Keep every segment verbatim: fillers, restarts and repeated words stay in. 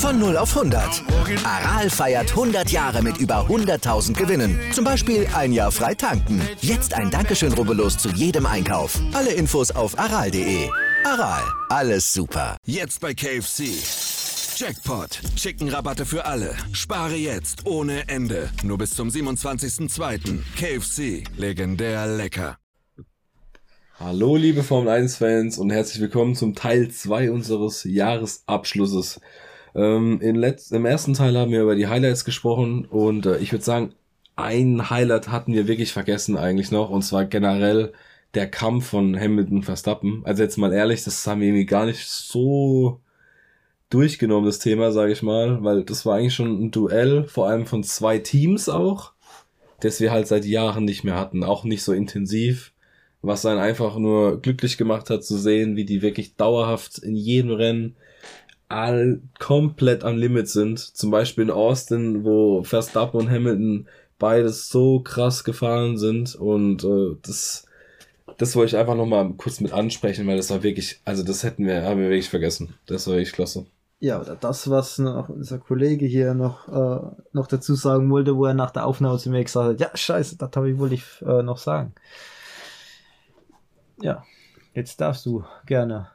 Von null auf hundert. Aral feiert hundert Jahre mit über hunderttausend Gewinnen. Zum Beispiel ein Jahr frei tanken. Jetzt ein Dankeschön, rubbellos zu jedem Einkauf. Alle Infos auf aral punkt de. Aral, alles super. Jetzt bei K F C. Jackpot. Chicken-Rabatte für alle. Spare jetzt ohne Ende. Nur bis zum siebenundzwanzigsten zweiten K F C. Legendär lecker. Hallo liebe Formel eins Fans und herzlich willkommen zum Teil zwei unseres Jahresabschlusses. Ähm, in letz- Im ersten Teil haben wir über die Highlights gesprochen und äh, ich würde sagen, ein Highlight hatten wir wirklich vergessen eigentlich noch, und zwar generell der Kampf von Hamilton und Verstappen. Also jetzt mal ehrlich, das haben wir irgendwie gar nicht so durchgenommen, das Thema, sage ich mal, weil das war eigentlich schon ein Duell, vor allem von zwei Teams auch, das wir halt seit Jahren nicht mehr hatten, auch nicht so intensiv, was einen einfach nur glücklich gemacht hat zu sehen, wie die wirklich dauerhaft in jedem Rennen all komplett am Limit sind. Zum Beispiel in Austin, wo Verstappen und Hamilton beides so krass gefahren sind, und äh, das das wollte ich einfach nochmal kurz mit ansprechen, weil das war wirklich, also das hätten wir, haben wir wirklich vergessen. Das war wirklich klasse. Ja, oder das, was noch unser Kollege hier noch äh, noch dazu sagen wollte, wo er nach der Aufnahme zu mir gesagt hat, ja, scheiße, das habe ich wollte ich äh, noch sagen. Ja, jetzt darfst du gerne.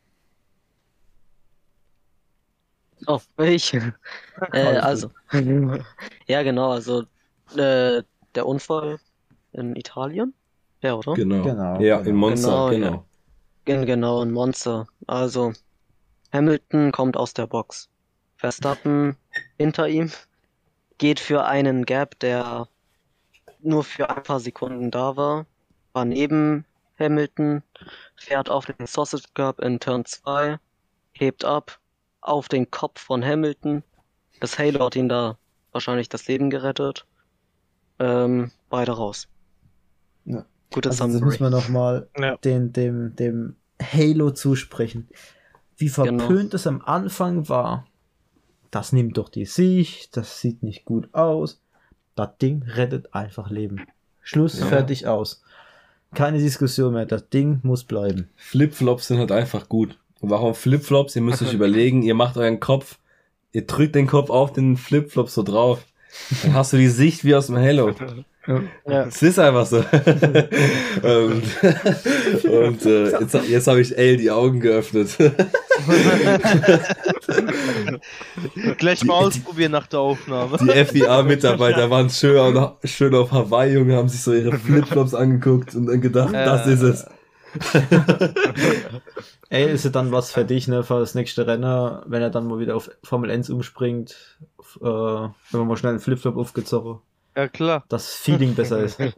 Oh, ich. äh, also. Ja, genau, also äh, der Unfall in Italien? Ja, oder? Genau. Genau, Ja, genau. in Monza, Genau, genau. ja. Gen- Genau, in Monza. Also, Hamilton kommt aus der Box. Verstappen hinter ihm, geht für einen Gap, der nur für ein paar Sekunden da war, war neben Hamilton, fährt auf den Sausage Cup in Turn zwei, hebt ab, auf den Kopf von Hamilton. Das Halo hat ihn da wahrscheinlich das Leben gerettet. Ähm, beide raus. Ja. Gute Also das Summary. müssen wir nochmal Ja. den, dem, dem Halo zusprechen. Wie verpönt Genau. es am Anfang war. Das nimmt doch die Sicht, das sieht nicht gut aus. Das Ding rettet einfach Leben. Schluss, Ja. fertig, aus. Keine Diskussion mehr, das Ding muss bleiben. Flipflops sind halt einfach gut. Und warum Flipflops? Ihr müsst euch überlegen, ihr macht euren Kopf, ihr drückt den Kopf auf den Flipflop so drauf. Dann hast du die Sicht wie aus dem Halo. Ja. Es ist einfach so. und und äh, jetzt, jetzt habe ich L die Augen geöffnet. Gleich mal ausprobieren nach der Aufnahme. Die F I A-Mitarbeiter waren schön auf, schön auf Hawaii, Junge, haben sich so ihre Flipflops angeguckt und dann gedacht, Äh. das ist es. Ey, ist ja dann was für dich, ne, für das nächste Rennen, wenn er dann mal wieder auf Formel eins umspringt, äh, wenn man mal schnell einen Flipflop aufgezogen, Ja, klar. das Feeling besser ist. Ja,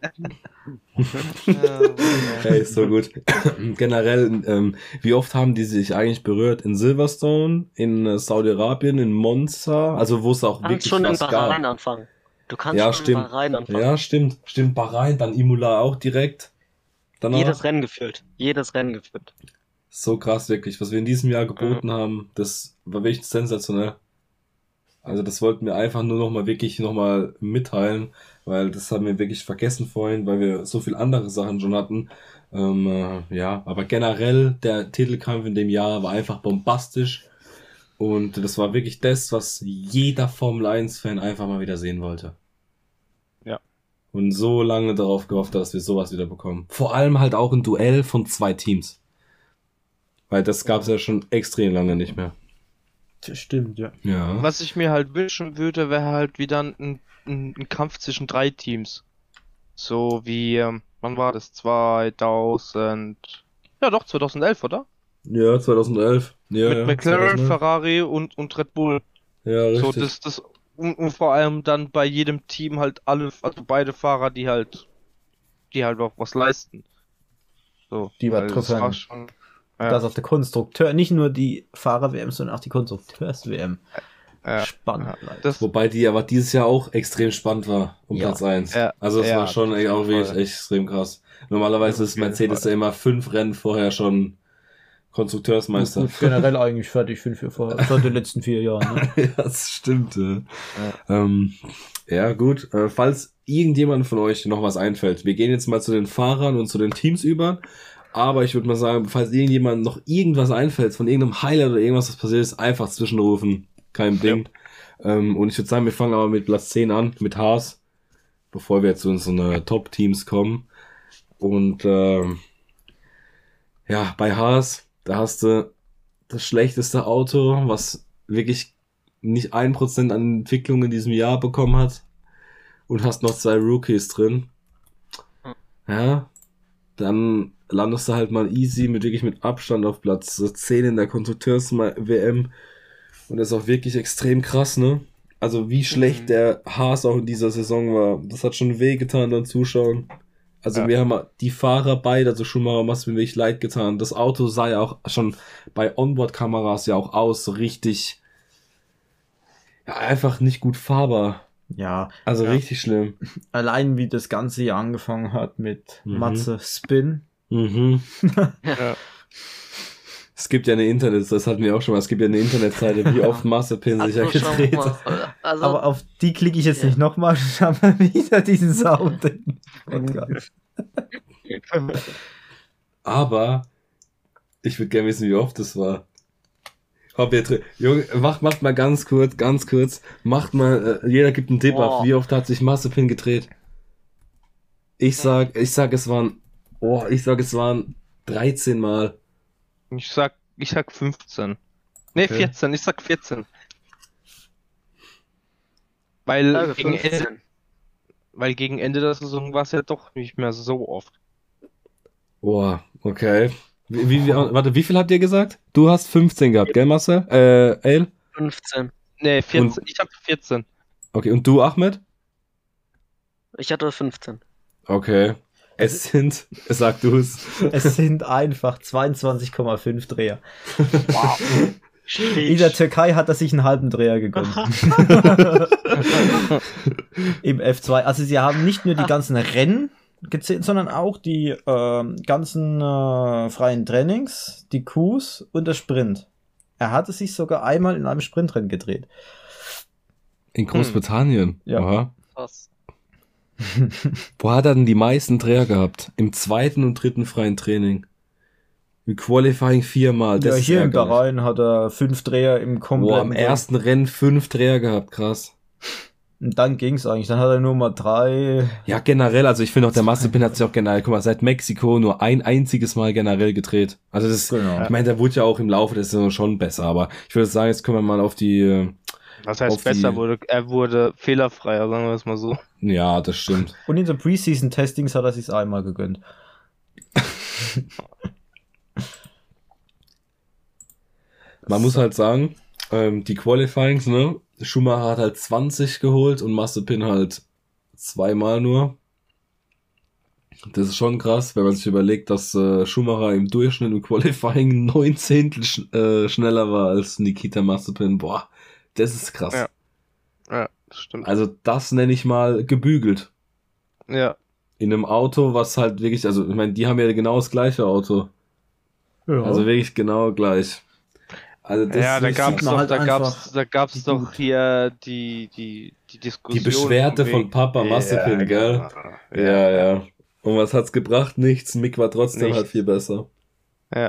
Hey, ist so gut. Generell, ähm, wie oft haben die sich eigentlich berührt? In Silverstone, in äh, Saudi-Arabien, in Monza, also wo es auch Du kannst wirklich schon in was Bahrain gab. anfangen. Du kannst Ja, schon stimmt. in Bahrain anfangen. Ja, stimmt. Stimmt, Bahrain, dann Imola auch direkt. Danach. Jedes Rennen geführt. Jedes Rennen geführt. So krass, wirklich. Was wir in diesem Jahr geboten haben, das war wirklich sensationell. Also das wollten wir einfach nur nochmal wirklich nochmal mitteilen, weil das haben wir wirklich vergessen vorhin, weil wir so viel andere Sachen schon hatten. Ähm, äh, ja, aber generell der Titelkampf in dem Jahr war einfach bombastisch. Und das war wirklich das, was jeder Formel eins Fan einfach mal wieder sehen wollte. Ja. Und so lange darauf gehofft, dass wir sowas wieder bekommen. Vor allem halt auch ein Duell von zwei Teams. Weil das gab es ja schon extrem lange nicht mehr. Das stimmt, ja. Ja. was ich mir halt wünschen würde, wäre halt wieder ein, ein, ein Kampf zwischen drei Teams. So wie, ähm, wann war das? zweitausend. Ja, doch, zweitausendelf, oder? Ja, zweitausendelf. Ja, Mit ja, McLaren, zweitausendelf. Ferrari und, und Red Bull. Ja, richtig. So, das, das, und, und vor allem dann bei jedem Team halt alle, also beide Fahrer, die halt, die halt auch was leisten. So. Die was weil drauf das war haben. schon, ja, Das auf der Konstrukteur, nicht nur die Fahrer-W M, sondern auch die Konstrukteurs-W M. ja, Spannend. ja. Leute. Das, Wobei die aber dieses Jahr auch extrem spannend war, um Ja. Platz eins. Ja, Also es ja, war schon auf ey, jeden auch wirklich Fall. extrem krass. Normalerweise Auf ist jeden Mercedes Fall. ja immer fünf Rennen vorher schon Konstrukteursmeister. Gut, generell eigentlich fertig fünf Jahre vor, seit den letzten vier Jahren. Ne? Ja, das stimmt. Ja, ähm, ja gut. Äh, falls irgendjemand von euch noch was einfällt, wir gehen jetzt mal zu den Fahrern und zu den Teams über. Aber ich würde mal sagen, falls irgendjemand noch irgendwas einfällt von irgendeinem Highlight oder irgendwas, was passiert ist, einfach zwischenrufen. kein Ding. Ähm, und ich würde sagen, wir fangen aber mit Platz zehn an, mit Haas, bevor wir zu unseren Top-Teams kommen. Und ähm, ja, bei Haas, da hast du das schlechteste Auto, was wirklich nicht ein Prozent an Entwicklung in diesem Jahr bekommen hat. Und hast noch zwei Rookies drin. Ja, dann landest du halt mal easy mit wirklich mit Abstand auf Platz zehn in der Konstrukteurs-W M. Und das ist auch wirklich extrem krass, ne? Also wie schlecht mhm. der Haas auch in dieser Saison war, das hat schon wehgetan dann Zuschauen. Also ja. wir haben die Fahrer beide, also Schumacher und Mazepin, wirklich leid getan. Das Auto sah ja auch schon bei Onboard-Kameras ja auch aus, so richtig, ja, einfach nicht gut fahrbar. Ja. Also ja. richtig schlimm. Allein wie das Ganze hier angefangen hat mit Mhm. Matze Spin. Mhm. Ja. Es gibt ja eine Internet, das hatten wir auch schon mal, es gibt ja eine Internetseite, wie oft Mazepin sich ja Ach so, schau gedreht mal. hat. Also, Aber auf die klicke ich jetzt Ja. nicht nochmal, dann haben wir wieder diesen Sound. Podcast. Aber ich würde gerne wissen, wie oft das war. Ob ihr drin. Junge, macht, macht mal ganz kurz, ganz kurz. Macht mal, äh, jeder gibt einen Tipp Boah. ab. Wie oft hat sich Mazepin gedreht? Ich sag, ich sag, es waren, oh, ich sag, es waren dreizehn Mal. Ich sag, ich sag fünfzehn. Nee, Okay. vierzehn, ich sag vierzehn. Weil Sage gegen, Ende, fünfzehn. weil gegen Ende der Saison war es ja doch nicht mehr so oft. Boah, okay. Wie, wie, wie, warte, wie viel habt ihr gesagt? Du hast fünfzehn gehabt, gell, Marcel? Äh, Ale? fünfzehn. Nee, vierzehn. Ich hab vierzehn. Okay, und du, Ahmed? Ich hatte fünfzehn. Okay. Es sind, sag du es. Es sind einfach zweiundzwanzig Komma fünf Dreher. Wow. In der Türkei hat er sich einen halben Dreher gegönnt. Im F zwei. Also sie haben nicht nur die ganzen Rennen gezählt, sondern auch die ähm, ganzen äh, freien Trainings, die Qs und der Sprint. Er hatte sich sogar einmal in einem Sprintrennen gedreht. In Großbritannien? Ja. Aha. Krass. Wo hat er denn die meisten Dreher gehabt? Im zweiten und dritten freien Training. Im Qualifying viermal. Das Ja, ist hier im ärgerlich. Bahrain hat er fünf Dreher im kompletten. Boah, am ersten Rennen fünf Dreher gehabt, krass. Und dann ging's eigentlich. Dann hat er nur mal drei. Ja, generell, also ich finde auch, der Mazepin hat sich auch generell, guck mal, seit Mexiko nur ein einziges Mal generell gedreht. Also das ist, Genau. ich meine, der wurde ja auch im Laufe der Saison schon besser, aber ich würde sagen, jetzt kommen wir mal auf die, äh, Was heißt Auf besser? die- Wurde, er wurde fehlerfreier, sagen wir es mal so. ja, das stimmt. Und in der Preseason-Testings hat er sich's einmal gegönnt. Man muss halt sagen, ähm, die Qualifyings, ne, Schumacher hat halt zwanzig geholt und Mazepin halt zweimal nur. Das ist schon krass, wenn man sich überlegt, dass äh, Schumacher im Durchschnitt im Qualifying neun Zehntel sch äh, schneller war als Nikita Mazepin. Boah, das ist krass. Ja. Ja, das stimmt. Also das nenne ich mal gebügelt. Ja. In einem Auto, was halt wirklich, also ich meine, die haben ja genau das gleiche Auto. Ja. Also wirklich genau gleich. Also das Ja, da ist- gab's man doch, halt da einfach, gab's, da gab's wie doch gut. hier die, die, die Diskussion. Die Beschwerde von wegen- Papa Mazepin, ja, gell? genau. Ja, ja. Und was hat's gebracht? Nichts. Mick war trotzdem Nichts. halt viel besser. Ja.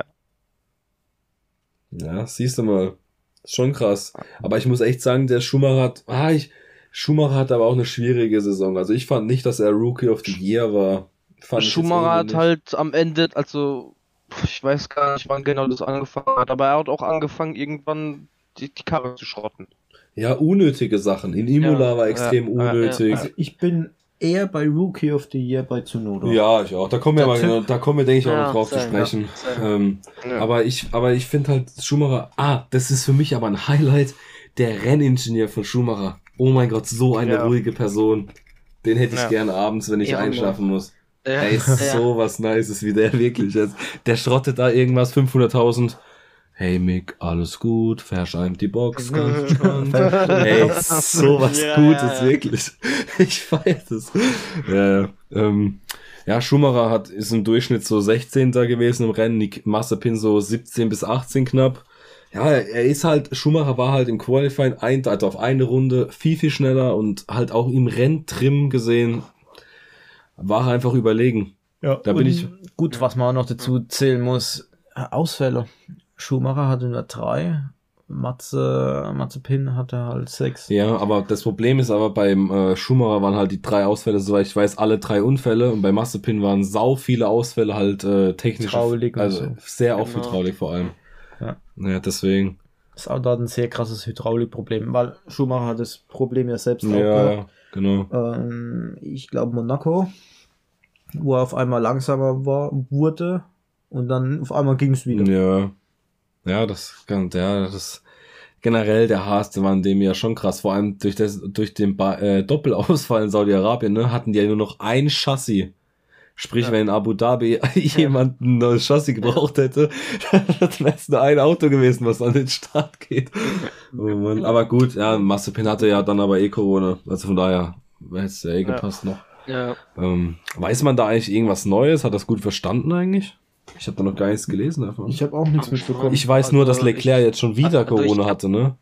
Ja, siehst du mal. Ist schon krass. Aber ich muss echt sagen, der Schumacher hat, ah, ich, Schumacher hat aber auch eine schwierige Saison. Also ich fand nicht, dass er Rookie of the Year war. Fand ich jetzt Schumacher hat irgendwie halt am Ende, also ich weiß gar nicht, wann genau das angefangen hat, aber er hat auch angefangen, irgendwann die, die Karre zu schrotten. nicht. Ja, unnötige Sachen. In Imola Ja, war extrem ja, ja, unnötig. Also ich bin eher bei Rookie of the Year bei Tsunoda. Ja, ich auch. Da kommen wir Der mal, Typ- genau- da kommen wir, denke ich, auch Ja, noch drauf zu same, sprechen. ja, same. Ähm, Ja. Aber ich, aber ich finde halt Schumacher, ah, das ist für mich aber ein Highlight, der Renningenieur von Schumacher. Oh mein Gott, so eine Ja. ruhige Person. Den hätte ich Ja. gerne abends, wenn ich Ja, einschlafen muss. Ja. Er ist Ja. so was Nices wie der wirklich ist. Der schrottet da irgendwas fünfhunderttausend. Hey Mick, alles gut, verscheimt die Box ganz entspannt. Ey, so was Ja, Gutes, ja, ja. wirklich. Ich feier das. Ja, ja. Ähm, ja, Schumacher hat, ist im Durchschnitt so sechzehnter gewesen im Rennen, Nick Mazepin so siebzehn bis achtzehn knapp. Ja, er ist halt, Schumacher war halt im Qualifying ein, also auf eine Runde viel, viel schneller und halt auch im Renntrim gesehen, war er einfach überlegen. Ja, Da bin und ich- Gut, was man auch noch dazu zählen muss, äh, Ausfälle. Schumacher hatte nur drei Matze, Matze Pin hatte halt sechs. Ja, aber das Problem ist aber, beim äh, Schumacher waren halt die drei Ausfälle, soweit ich weiß, alle drei Unfälle, und bei Mazepin waren sau viele Ausfälle halt äh, technisch, Hydraulik und also so. sehr auf Genau. Hydraulik vor allem. Ja. Ja, deswegen. Das ist auch da ein sehr krasses Hydraulikproblem, weil Schumacher hat das Problem ja selbst auch Ja, gehabt. ja, genau. Ähm, ich glaube Monaco, wo er auf einmal langsamer war, wurde und dann auf einmal ging es wieder. Ja. Ja, das kann, ja, das generell der Haas, der war in dem ja schon krass, vor allem durch das, durch den ba äh, Doppelausfall in Saudi-Arabien, ne, hatten die ja nur noch ein Chassis. Sprich, Ja. wenn in Abu Dhabi jemand ein neues Chassis gebraucht hätte, dann wäre es nur ein Auto gewesen, was an den Start geht. Oh Mann. Aber gut, ja, Mazepin hatte ja dann aber eh Corona, also von daher hätte es ja eh Ja. gepasst noch. Ja. Ähm, weiß man da eigentlich irgendwas Neues? Hat das gut verstanden eigentlich? Ich habe da noch gar nichts gelesen davon. Ich habe auch nichts mitbekommen. Ich weiß nur, dass Also, Leclerc ich- jetzt schon wieder also ich Corona hab- hatte, ne?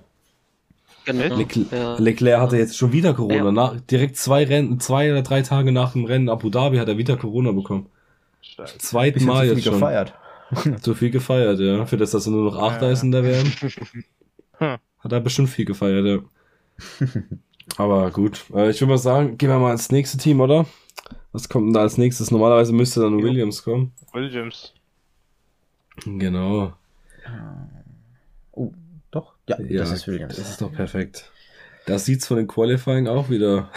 Genau. Leclerc, Ja. Leclerc hatte jetzt schon wieder Corona. Ja. Nach, direkt zwei Rennen, zwei oder drei Tage nach dem Rennen in Abu Dhabi hat er wieder Corona bekommen. Scheiße. Zweiten bisschen Mal zu viel jetzt schon. gefeiert. Zu viel gefeiert, ja. Für das, dass er nur noch Achter Ja. ist in der W M. Hm. Hat er bestimmt viel gefeiert, ja. Aber gut. Äh, ich würde mal sagen, gehen wir mal ins nächste Team, oder? Was kommt denn da als nächstes? Normalerweise müsste dann Jo. Williams kommen. Williams. Genau. Oh, doch? Ja, Ja, das ist Williams. Das ist doch perfekt. Da sieht's von den Qualifying auch wieder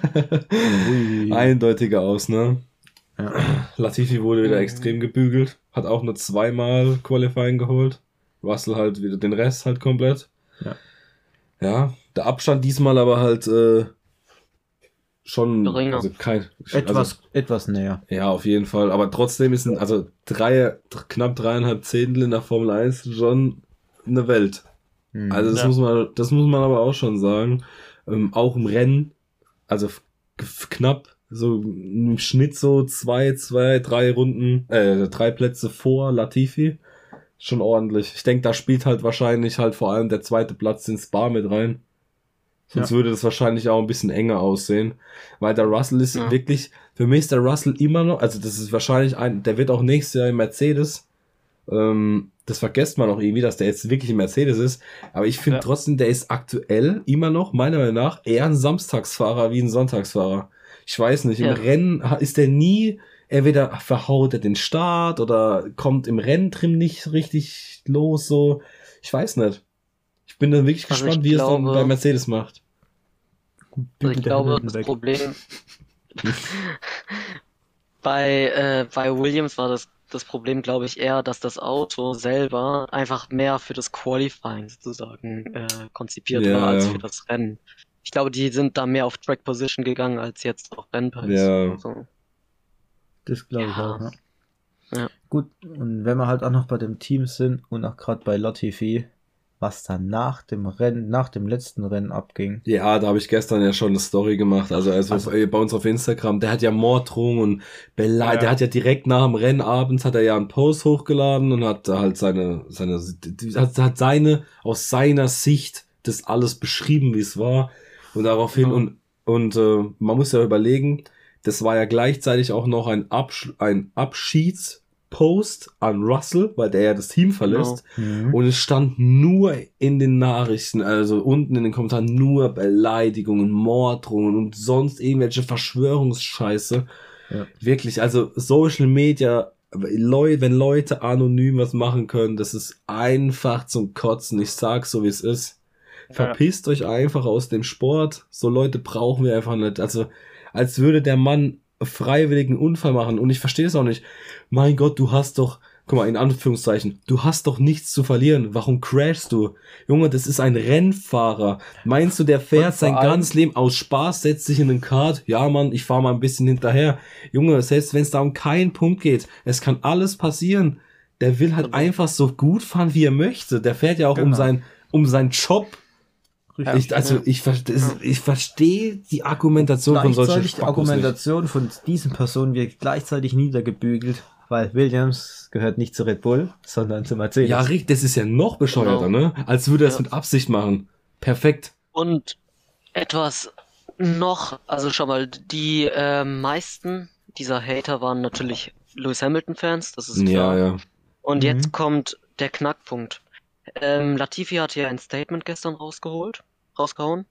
Ui. eindeutiger aus, ne? Ja. Latifi wurde wieder Mhm. extrem gebügelt, hat auch nur zweimal Qualifying geholt. Russell halt wieder den Rest halt komplett. Ja. Ja, der Abstand diesmal aber halt äh, schon Geringer. also kein Etwas, also, etwas näher. ja, auf jeden Fall, aber trotzdem ist ein, also drei knapp dreieinhalb Zehntel in der Formel eins schon eine Welt. Hm. Also das Ja. muss man, das muss man aber auch schon sagen. Ähm, auch im Rennen, also f- f- knapp, so im Schnitt so zwei, zwei, drei Runden, äh, drei Plätze vor Latifi. Schon ordentlich. Ich denke, da spielt halt wahrscheinlich halt vor allem der zweite Platz in Spa mit rein. Sonst Ja. würde das wahrscheinlich auch ein bisschen enger aussehen. Weil der Russell ist Ja. wirklich, für mich ist der Russell immer noch, also das ist wahrscheinlich ein, der wird auch nächstes Jahr im Mercedes. Ähm, das vergesst man auch irgendwie, dass der jetzt wirklich im Mercedes ist. Aber ich finde Ja. trotzdem, der ist aktuell immer noch, meiner Meinung nach, eher ein Samstagsfahrer wie ein Sonntagsfahrer. Ich weiß nicht, im Ja. Rennen ha- ist der nie, entweder verhaut er den Start oder kommt im Renntrim nicht richtig los, so. Ich weiß nicht. Ich bin dann wirklich Also gespannt, ich wie es dann glaube- bei Mercedes macht. Also Bügel ich der glaube, Hamilton das weg. Problem bei, äh, bei Williams war das, das Problem, glaube ich, eher, dass das Auto selber einfach mehr für das Qualifying sozusagen äh, konzipiert Ja, war als ja. für das Rennen. Ich glaube, die sind da mehr auf Track Position gegangen als jetzt auf Rennpace. Ja. So. Das glaube ich Ja. auch, ja. Ja. Gut, und wenn wir halt auch noch bei dem Team sind und auch gerade bei Latifi, was dann nach dem Rennen, nach dem letzten Rennen abging. Ja, da habe ich gestern ja schon eine Story gemacht. Also, also, Also- äh, bei uns auf Instagram, der hat ja Morddrohungen und Bele Ja. der hat ja direkt nach dem Rennen abends hat er ja einen Post hochgeladen und hat da halt seine, seine, hat, hat seine, aus seiner Sicht das alles beschrieben, wie es war. Und daraufhin, Ja. und, und äh, man muss ja überlegen, das war ja gleichzeitig auch noch ein, Absch ein Abschiedspost an Russell, weil der ja das Team verlässt. Mhm. Und es stand nur in den Nachrichten, also unten in den Kommentaren, nur Beleidigungen, Morddrohungen und sonst irgendwelche Verschwörungsscheiße. Ja. Wirklich, also Social Media, Leu wenn Leute anonym was machen können, das ist einfach zum Kotzen. Ich sag's so, wie es ist. Verpisst euch einfach aus dem Sport. So Leute brauchen wir einfach nicht. Also, als würde der Mann freiwillig einen Unfall machen. Und ich verstehe es auch nicht. Mein Gott, du hast doch, guck mal, in Anführungszeichen, du hast doch nichts zu verlieren. Warum crashst du? Junge, das ist ein Rennfahrer. Meinst du, der Und fährt vor sein allem- ganzes Leben aus Spaß, setzt sich in den Kart? Ja, Mann, ich fahr mal ein bisschen hinterher. Junge, selbst wenn es da um keinen Punkt geht, es kann alles passieren. Der will halt Genau. einfach so gut fahren, wie er möchte. Der fährt ja auch um Genau. sein, um seinen Job. Richtig. Ich, also, ich, verste- es- ich verstehe die Argumentation von solchen Gleichzeitig die Spackos nicht. Argumentation von diesen Personen wird gleichzeitig niedergebügelt, weil Williams gehört nicht zu Red Bull, sondern zu Mercedes. Ja, richtig, das ist ja noch bescheuerter, ne? Als würde er es Ja. mit Absicht machen. Perfekt. Und etwas noch, also schon mal, die äh, meisten dieser Hater waren natürlich Lewis Hamilton-Fans, das ist klar. Ja, ja. Und Mhm. jetzt kommt der Knackpunkt. Ähm, Latifi hat hier ein Statement gestern rausgeholt, rausgehauen.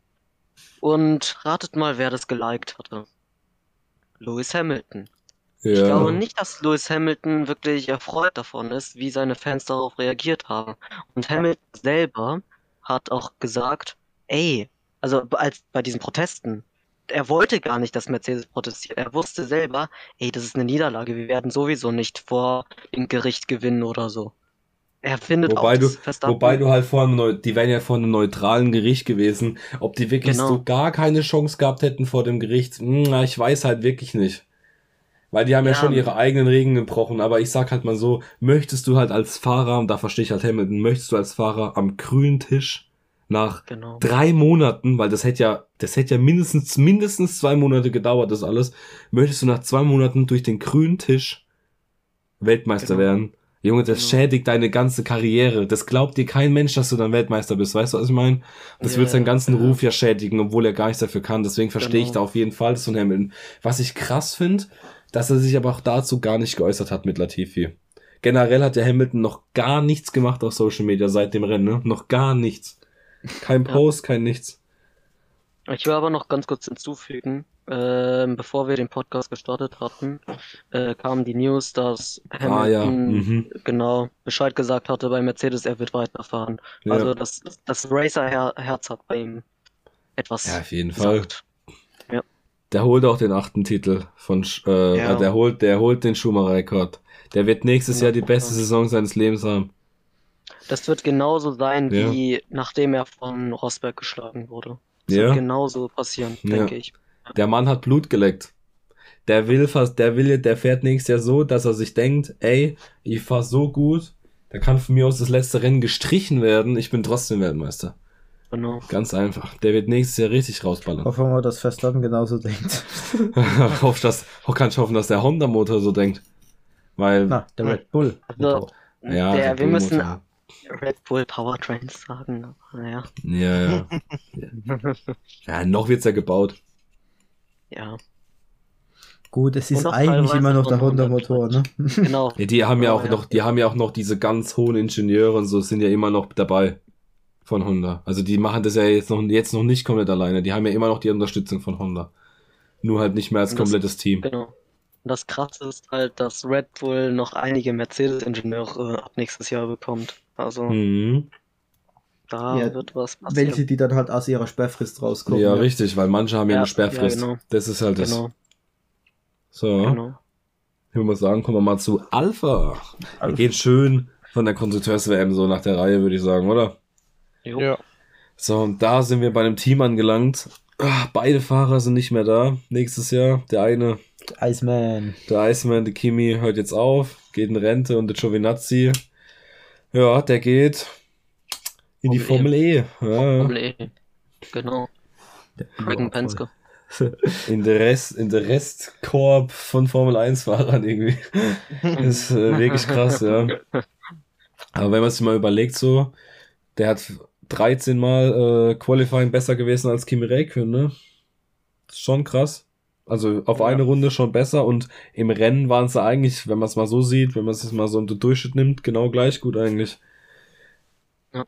Und ratet mal, wer das geliked hatte. Lewis Hamilton. Ja. Ich glaube nicht, dass Lewis Hamilton wirklich erfreut davon ist, wie seine Fans darauf reagiert haben. Und Hamilton selber hat auch gesagt, ey, also als bei diesen Protesten, er wollte gar nicht, dass Mercedes protestiert. Er wusste selber, ey, das ist eine Niederlage, wir werden sowieso nicht vor dem Gericht gewinnen oder so. Er findet Wobei auch, du, dass Verstappen, wobei du halt vor einem, Neu- die wären ja vor einem neutralen Gericht gewesen. Ob die wirklich Genau. so gar keine Chance gehabt hätten vor dem Gericht, hm, na, ich weiß halt wirklich nicht. Weil die haben ja, Ja. schon ihre eigenen Regeln gebrochen, aber ich sag halt mal so, möchtest du halt als Fahrer, und da verstehe ich halt Hamilton, möchtest du als Fahrer am grünen Tisch nach genau, drei Monaten, weil das hätte ja, das hätte ja mindestens, mindestens zwei Monate gedauert, das alles, möchtest du nach zwei Monaten durch den grünen Tisch Weltmeister Genau. werden? Junge, das Genau. schädigt deine ganze Karriere. Das glaubt dir kein Mensch, dass du dann Weltmeister bist. Weißt du, was ich meine? Das Ja, wird seinen ganzen ja. Ruf ja schädigen, obwohl er gar nichts dafür kann. Deswegen verstehe ich Genau. da auf jeden Fall das von Hamilton. Was ich krass finde, dass er sich aber auch dazu gar nicht geäußert hat mit Latifi. Generell hat der Hamilton noch gar nichts gemacht auf Social Media seit dem Rennen, ne? Noch gar nichts. Kein Ja. Post, kein nichts. Ich will aber noch ganz kurz hinzufügen, ähm, bevor wir den Podcast gestartet hatten, äh, kam die News, dass Ah ja, Hamilton mhm. genau Bescheid gesagt hatte bei Mercedes, er wird weiterfahren. Ja. Also das, das Racer-Herz hat bei ihm etwas Ja, auf jeden Fall. gesagt. Der holt auch den achten Titel von, Sch- äh, Ja. der holt, der holt den Schumacher-Rekord. Der wird nächstes Jahr die beste hundert Prozent. Saison seines Lebens haben. Das wird genauso sein, Ja. wie nachdem er von Rosberg geschlagen wurde. Das Ja. wird genauso passieren, Ja. denke ich. Der Mann hat Blut geleckt. Der will fast, der will, der fährt nächstes Jahr so, dass er sich denkt, ey, ich fahr so gut, da kann von mir aus das letzte Rennen gestrichen werden, ich bin trotzdem Weltmeister. Genau. Ganz einfach. Der wird nächstes Jahr richtig rausballern. Hoffen wir mal, dass Verstappen genauso denkt. Hoff, dass, kann ich hoffen, dass der Honda-Motor so denkt. Weil, Na, der Red Bull. Also, ja, der, Red wir Bull müssen Motor. Red Bull Powertrains sagen. Naja, Ja, ja. Ja, noch wird's ja gebaut. ja, Gut, es ist Und auch eigentlich teilweise immer noch der von Honda-Motor, ne? genau. Ja, die haben ja Ja, auch ja. noch, die haben ja auch noch diese ganz hohen Ingenieure und so sind ja immer noch dabei von Honda. Also die machen das ja jetzt noch, jetzt noch nicht komplett alleine. Die haben ja immer noch die Unterstützung von Honda. Nur halt nicht mehr als Und das- komplettes Team. Genau. Und das Krasse ist halt, dass Red Bull noch einige Mercedes-Ingenieure ab nächstes Jahr bekommt. Also Mhm. da Ja, wird was passieren. Welche, die dann halt aus ihrer Sperrfrist rauskommen. Ja, richtig, weil manche haben ja, Ja, eine Sperrfrist. ja, genau. Das ist halt das. Genau, So, genau. ich würde mal sagen, kommen wir mal zu Alpha. Wir gehen schön von der Konstrukteurs-W M so nach der Reihe, würde ich sagen, oder? Jo. Ja. So, und da sind wir bei einem Team angelangt. Ah, beide Fahrer sind nicht mehr da nächstes Jahr. Der eine, Iceman. der Iceman, der Kimi, hört jetzt auf, geht in Rente und der Giovinazzi, ja, der geht in die Formel Formel E. Ja, Formel E. Genau. Dragon Penske. in der Rest, in der Restkorb von Formel eins Fahrern irgendwie. ist äh, wirklich krass, ja. Aber wenn man sich mal überlegt, so, der hat dreizehn Mal äh, Qualifying besser gewesen als Kimi Räikkönen, ne? Das ist schon krass. Also auf Ja. eine Runde schon besser und im Rennen waren sie eigentlich, wenn man es mal so sieht, wenn man es mal so unter Durchschnitt nimmt, genau gleich gut eigentlich. Ja.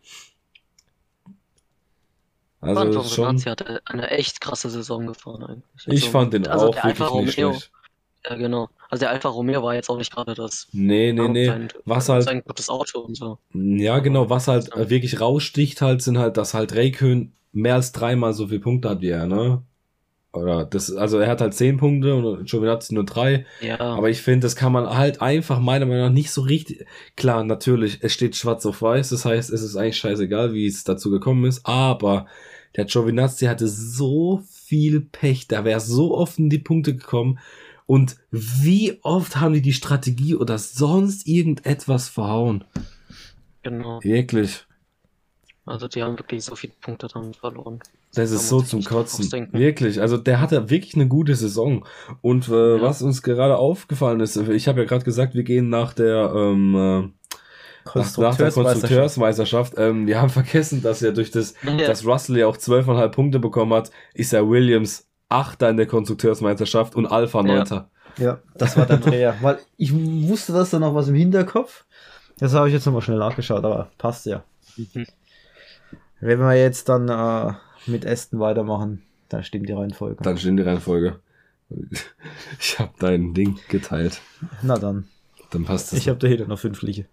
Also Juan das ist schon, Giovinazzi hat eine echt krasse Saison gefahren eigentlich. ich Also, fand den also auch der wirklich Alfa nicht Romeo, schlecht. ja genau. Also der Alfa Romeo war jetzt auch nicht gerade das Nee, nee, nee. sein, Was halt, sein gutes Auto und so. ja genau, was halt Ja. äh, wirklich raussticht halt, sind halt, dass halt Räikkönen mehr als dreimal so viele Punkte hat wie er, ne? Oder das, also er hat halt zehn Punkte und Giovinazzi nur drei. Ja, Aber ich finde, das kann man halt einfach meiner Meinung nach nicht so richtig. Klar, natürlich, es steht schwarz auf weiß, das heißt, es ist eigentlich scheißegal, wie es dazu gekommen ist, aber der Giovinazzi hatte so viel Pech, da wäre so oft in die Punkte gekommen und wie oft haben die die Strategie oder sonst irgendetwas verhauen. genau. Wirklich. Also die haben wirklich so viele Punkte dann verloren. Das kann ist man so sich zum nicht drauf Kotzen. ausdenken. Wirklich. Also der hatte wirklich eine gute Saison. Und äh, Ja. was uns gerade aufgefallen ist, ich habe ja gerade gesagt, wir gehen nach der ähm, äh, nach, nach der Konstrukteursmeisterschaft. Ähm, wir haben vergessen, dass er durch das, Ja. dass Russell ja auch zwölf Komma fünf Punkte bekommen hat, ist er Williams Achter in der Konstrukteursmeisterschaft und Alpha Ja. Neunter. Ja, das war der Dreher. Weil ich wusste, dass da noch was im Hinterkopf. Das habe ich jetzt nochmal schnell nachgeschaut, aber passt ja. Mhm. Wenn wir jetzt dann äh, mit Aston weitermachen, dann stimmt die Reihenfolge. Dann stimmt die Reihenfolge. Ich habe dein Ding geteilt. Na dann. Dann passt das. Ich habe da hier noch fünf Fliege.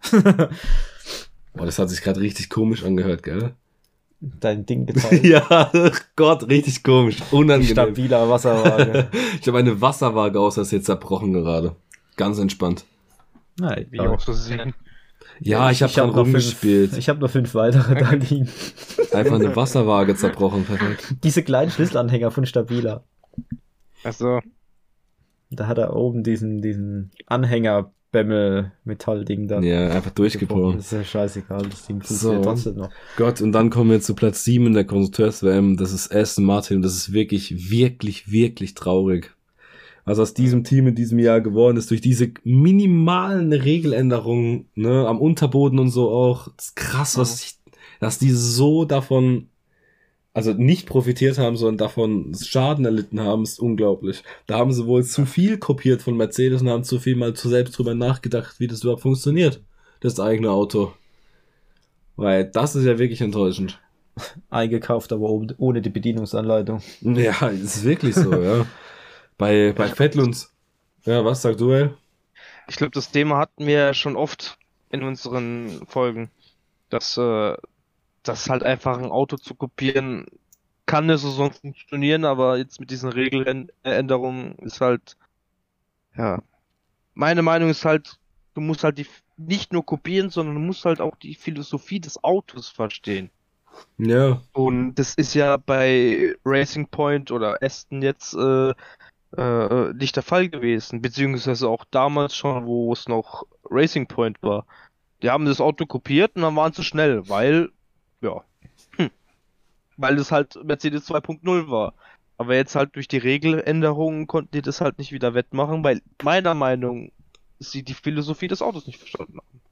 Boah, das hat sich gerade richtig komisch angehört, gell? Dein Ding geteilt. Ja, Gott, richtig komisch. Unangenehm. Stabiler Wasserwaage. Ich habe eine Wasserwaage aus, das ist jetzt zerbrochen gerade. Ganz entspannt. Na, Wie auch so sehen. Ja, ich habe dran hab noch rumgespielt. Fünf, ich habe noch fünf weitere da liegen. Einfach eine Wasserwaage zerbrochen, perfekt. Diese kleinen Schlüsselanhänger von Stabiler. Also, Da hat er oben diesen, diesen Anhänger-Bämmel-Metallding da. Ja, einfach durchgebrochen. Das ist ja scheißegal, das Ding funktioniert So. trotzdem noch. Gott, und dann kommen wir zu Platz sieben in der Konstrukteurs-W M. Das ist Aston Martin und das ist wirklich, wirklich, wirklich traurig. Was aus diesem Team in diesem Jahr geworden ist, durch diese minimalen Regeländerungen, ne, am Unterboden und so auch. Das ist krass, was ich, dass die so davon, also nicht profitiert haben, sondern davon Schaden erlitten haben, ist unglaublich. Da haben sie wohl zu viel kopiert von Mercedes und haben zu viel mal zu selbst drüber nachgedacht, wie das überhaupt funktioniert, das eigene Auto. Weil das ist ja wirklich enttäuschend. Eingekauft, aber ohne ohne die Bedienungsanleitung. Ja, ist wirklich so, ja. Bei, bei Vettel und, ja, was sagt du, El? ich glaube, das Thema hatten wir schon oft in unseren Folgen, dass äh, das halt einfach ein Auto zu kopieren kann eine Saison funktionieren, aber jetzt mit diesen Regeländerungen ist halt, ja, meine Meinung ist halt, du musst halt die nicht nur kopieren, sondern du musst halt auch die Philosophie des Autos verstehen. Ja, Und das ist ja bei Racing Point oder Aston jetzt äh, äh, nicht der Fall gewesen, beziehungsweise auch damals schon, wo es noch Racing Point war. Die haben das Auto kopiert und dann waren sie schnell, weil, ja, hm, weil es halt Mercedes zwei Punkt null war. Aber jetzt halt durch die Regeländerungen konnten die das halt nicht wieder wettmachen, weil meiner Meinung sie die Philosophie des Autos nicht verstanden haben.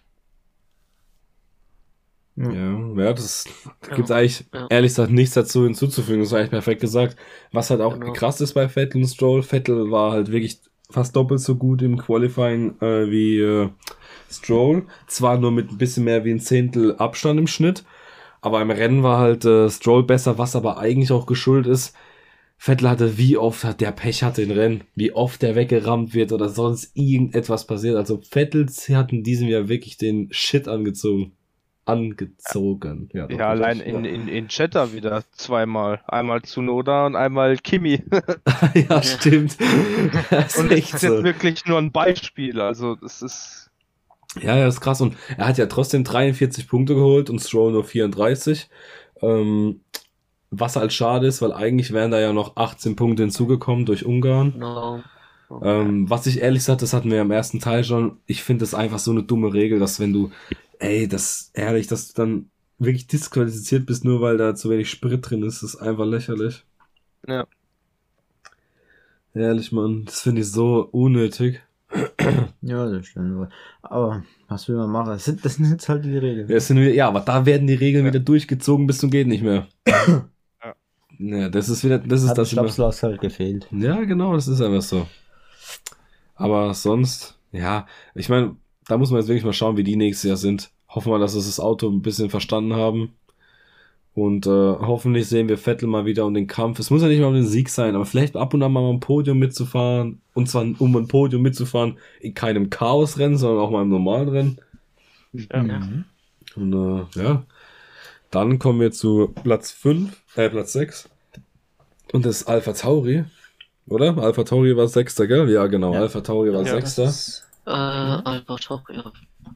ja, ja, das Ja. gibt eigentlich Ja. ehrlich gesagt nichts dazu hinzuzufügen. Das ist eigentlich perfekt gesagt. Was halt auch Genau. krass ist bei Vettel und Stroll, Vettel war halt wirklich fast doppelt so gut im Qualifying äh, wie äh, Stroll. Zwar nur mit ein bisschen mehr wie ein Zehntel Abstand im Schnitt, aber im Rennen war halt äh, Stroll besser, was aber eigentlich auch geschuldet ist. Vettel hatte, wie oft hat der Pech hatte in Rennen, wie oft der weggerammt wird oder sonst irgendetwas passiert. Also Vettel hat in diesem Jahr wirklich den Shit angezogen. Angezogen. Ja, doch, Ja, allein wirklich, in, in, in Cheddar wieder zweimal. Einmal Tsunoda und einmal Kimi. ja. ja, stimmt. Das ist Und das echt ist so. jetzt wirklich nur ein Beispiel. Also, das ist. Ja, ja, ist krass. Und er hat ja trotzdem dreiundvierzig Punkte geholt und Stroll nur vierunddreißig. Ähm, was halt schade ist, weil eigentlich wären da ja noch achtzehn Punkte hinzugekommen durch Ungarn. Genau. Ähm, was ich ehrlich gesagt, das hatten wir im ersten Teil schon. Ich finde das einfach so eine dumme Regel, dass wenn du, ey, das, ehrlich, dass du dann wirklich disqualifiziert bist, nur weil da zu wenig Sprit drin ist, ist einfach lächerlich. Ja. Ehrlich, Mann, das finde ich so unnötig. Ja, das stimmt wohl. Aber was will man machen? Das sind, das sind jetzt halt die Regeln. Ja, es sind wieder, ja, aber da werden die Regeln wieder durchgezogen bis zum geht nicht mehr. Ja. Ja, das ist wieder, das ist Hat das immer. Schnapsglas halt gefehlt. Ja, genau, das ist einfach so. Aber sonst, ja, ich meine, da muss man jetzt wirklich mal schauen, wie die nächstes Jahr sind. Hoffen wir, dass sie das Auto ein bisschen verstanden haben. Und äh, hoffentlich sehen wir Vettel mal wieder um den Kampf. Es muss ja nicht mal um den Sieg sein, aber vielleicht ab und an mal am Podium mitzufahren. Und zwar um ein Podium mitzufahren in keinem Chaosrennen, sondern auch mal im normalen Rennen. Ja. Mhm. Und äh, ja, dann kommen wir zu Platz fünf, äh, Platz sechs. Und das ist Alpha Tauri, oder? Alpha Tauri war Sechster, gell? Ja, genau. Ja. Alpha Tauri war Ja. Sechster. Äh, Alpha Tauri, ja.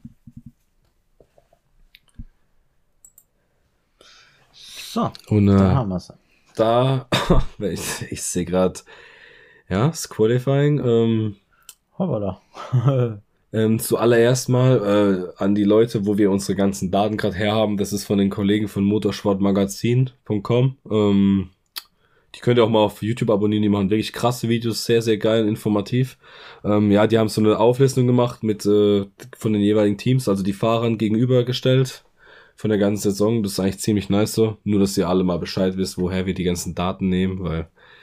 So, Und da äh, haben wir's. da, ich, ich sehe gerade, ja, das Qualifying, ähm, Hoppala. ähm, zuallererst mal äh, an die Leute, wo wir unsere ganzen Daten gerade herhaben. Das ist von den Kollegen von motorsportmagazin punkt com. Ähm, die könnt ihr auch mal auf YouTube abonnieren. Die machen wirklich krasse Videos, sehr, sehr geil und informativ. Ähm, ja, die haben so eine Auflistung gemacht mit äh, von den jeweiligen Teams, also die Fahrern gegenübergestellt von der ganzen Saison. Das ist eigentlich ziemlich nice so. Nur, dass ihr alle mal Bescheid wisst, woher wir die ganzen Daten nehmen, weil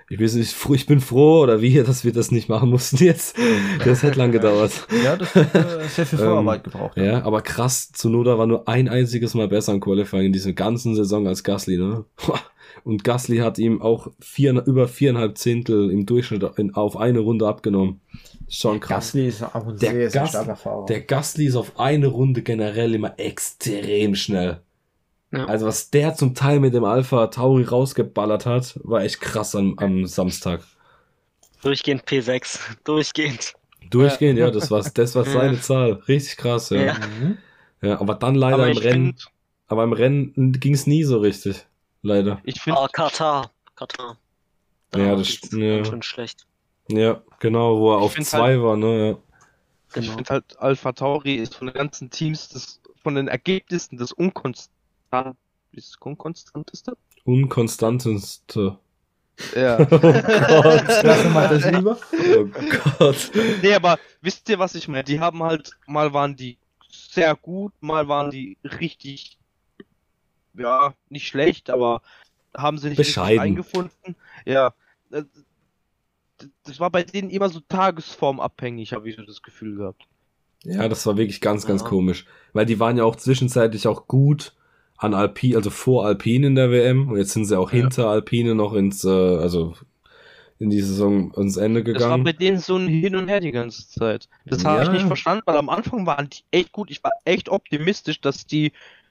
Ich weiß nicht, froh- ich bin froh, oder wie, dass wir das nicht machen mussten jetzt. Das hätte lang gedauert. Ja, das hat äh, sehr viel Vorarbeit Ähm, gebraucht. Ja, aber krass, Tsunoda war nur ein einziges Mal besser im Qualifying in dieser ganzen Saison als Gasly, ne? Und Gasly hat ihm auch vier, über viereinhalb Zehntel im Durchschnitt in, auf eine Runde abgenommen. Schon krass. Gasly ist auch ein Der sehr, sehr Gas- starker Fahrer. Der Gasly ist auf eine Runde generell immer extrem schnell. Ja. Also was der zum Teil mit dem Alpha Tauri rausgeballert hat, war echt krass am, am Samstag. Durchgehend P sechs. Durchgehend. Durchgehend, ja, das war, das war Ja. seine Zahl. Richtig krass, ja. Ja. Mhm. Ja, aber dann leider Aber im ich Rennen, finde, aber im Rennen ging es nie so richtig. Leider. ich finde, Ah, Katar. Katar. Ja, das geht's st- ja. ganz schön schlecht. Ja, genau, wo er Ich auf find zwei war, ne? Ja. ich Genau. finde halt, Alpha Tauri ist von den ganzen Teams das, von den Ergebnissen das unkonstant, ist unkonstanteste? Unkonstanteste. Ja. Oh Gott. Lassen wir das lieber. Oh Gott. Nee, aber wisst ihr, was ich meine? Die haben halt, mal waren die sehr gut, mal waren die richtig, ja, nicht schlecht, aber haben sie nicht richtig Bescheiden. eingefunden. Ja, das, das war bei denen immer so tagesformabhängig, habe ich so das Gefühl gehabt. Ja, das war wirklich ganz, ganz Ja. komisch. Weil die waren ja auch zwischenzeitlich auch gut an Alpine, also vor Alpine in der W M. Und jetzt sind sie auch Ja. hinter Alpine noch ins, äh, also in die Saison ins Ende Das war gegangen. bei denen so ein Hin und Her die ganze Zeit. Das habe ich Ja. nicht verstanden, weil am Anfang waren die echt gut. Ich war echt optimistisch, dass die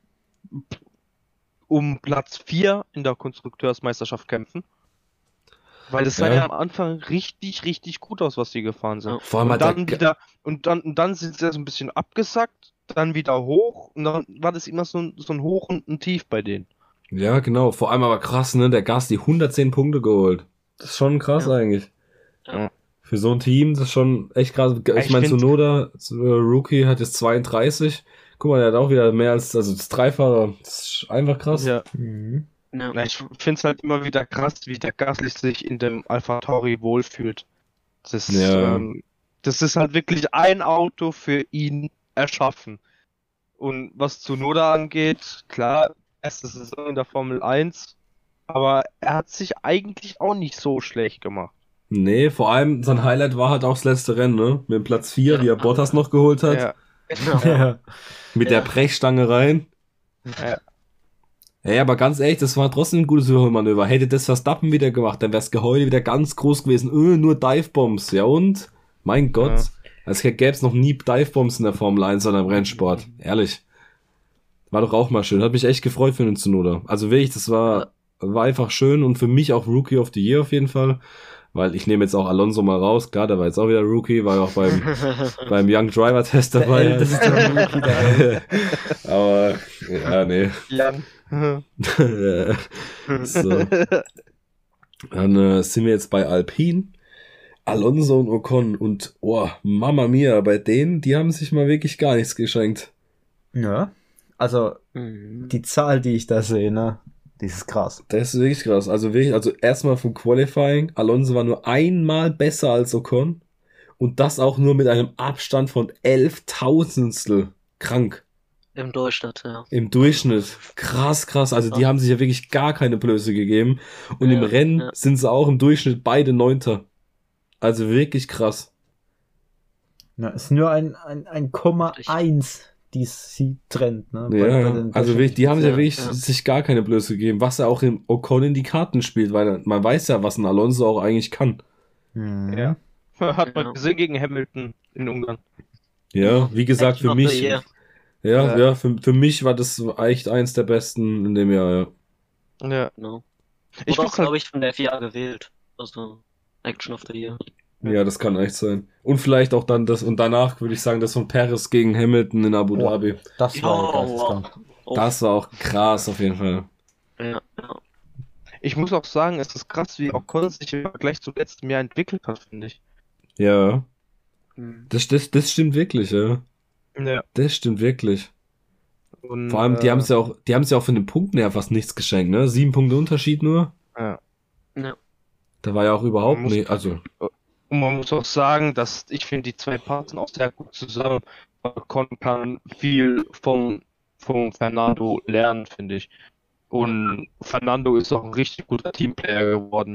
um Platz vier in der Konstrukteursmeisterschaft kämpfen. Weil das sah Ja. ja am Anfang richtig, richtig gut aus, was die gefahren sind. Ja. Vor allem Und hat der dann Ga- wieder, und dann, und dann sind sie so ein bisschen abgesackt, dann wieder hoch, und dann war das immer so ein, so ein Hoch und ein Tief bei denen. Ja, genau. Vor allem aber krass, ne? Der Gasly hundertzehn Punkte geholt. Das ist schon krass Ja. eigentlich. Ja. Für so ein Team, das ist schon echt krass. Ich, Ich meine, find- Tsunoda, äh, Rookie, hat jetzt zweiunddreißig. Guck mal, der hat auch wieder mehr als, also das Dreifache. Das ist einfach krass. Ja. Mhm. Ja. Na, ich finde es halt immer wieder krass, wie der Gasly sich in dem Alpha Tauri wohlfühlt. Das, Ja. ähm, das ist halt wirklich ein Auto für ihn erschaffen. Und was Tsunoda angeht, klar, erste Saison in der Formel eins, aber er hat sich eigentlich auch nicht so schlecht gemacht. Nee, vor allem sein Highlight war halt auch das letzte Rennen, ne? Mit dem Platz vier, Ja. wie er Bottas noch geholt hat. Ja, Genau. Ja. Mit Ja. der Brechstange rein. ja. Ey, aber ganz ehrlich, das war trotzdem ein gutes Überholmanöver. Hätte das Verstappen wieder gemacht, dann wär's Geheule wieder ganz groß gewesen. Öh, nur Divebombs. Ja und? Mein Gott. Ja. Als gäb's noch nie Divebombs in der Formel eins oder im Rennsport. Ehrlich. War doch auch mal schön. Hat mich echt gefreut für den Tsunoda. Also wirklich, das war, war einfach schön und für mich auch Rookie of the Year auf jeden Fall. Weil ich nehme jetzt auch Alonso mal raus. Klar, der war jetzt auch wieder Rookie, war ja auch beim, beim Young Driver Test Der dabei. älteste Rookie der Welt. Aber, ja, nee. Jan. So. Dann äh, sind wir jetzt bei Alpine. Alonso und Ocon und, oh, Mamma Mia, bei denen, die haben sich mal wirklich gar nichts geschenkt. Ja. Also, Mhm. die Zahl, die ich da sehe, ne? Die ist krass. Das ist wirklich krass. Also wirklich, also erstmal vom Qualifying, Alonso war nur einmal besser als Ocon und das auch nur mit einem Abstand von elf Tausendstel. Krank. Im Durchschnitt, ja. Im Durchschnitt. Krass, krass. Also die haben sich ja wirklich gar keine Blöße gegeben. Und im Ja, Rennen ja. sind sie auch im Durchschnitt beide Neunter. Also wirklich krass. Ja, ist nur ein, ein, ein Komma eins, die sie trennt, ne? Bei- Ja, bei ja. den Also wirklich, die haben sich ja Ja, wirklich ja. sich gar keine Blöße gegeben, was er auch im Ocon in die Karten spielt, weil man weiß ja, was ein Alonso auch eigentlich kann. Mhm. Ja. Hat man Ja. gesehen gegen Hamilton in Ungarn. Ja, wie gesagt, Action für of the mich, Year. ja, Ja. ja, für, für mich war das echt eins der besten in dem Jahr, ja. Ja. Genau. Ich Wurde muss auch, halt, glaube ich, von der F I A gewählt. Also, Action of the Year. Ja, das kann echt sein. Und vielleicht auch dann das, und danach würde ich sagen, das von Perez gegen Hamilton in Abu Oh. Dhabi. Das war Ja, geisteskrank. Oh, Das war auch krass auf jeden Fall. ja, ja. ich muss auch sagen, es ist krass, wie Ocon sich im Vergleich zu letztem Jahr entwickelt hat, finde ich. Ja, Mhm. das, das, das stimmt wirklich, ja. Ja. Das stimmt wirklich. Und, Vor allem, die äh, haben es ja auch, die haben es ja auch von den Punkten her fast nichts geschenkt, ne? Sieben Punkte Unterschied nur. Ja. Ja. Da war ja auch überhaupt Man muss- nicht, also, Und man muss auch sagen, dass ich finde, die zwei passen auch sehr gut zusammen. Ocon kann viel vom, vom Fernando lernen, finde ich. Und Fernando ist auch ein richtig guter Teamplayer geworden.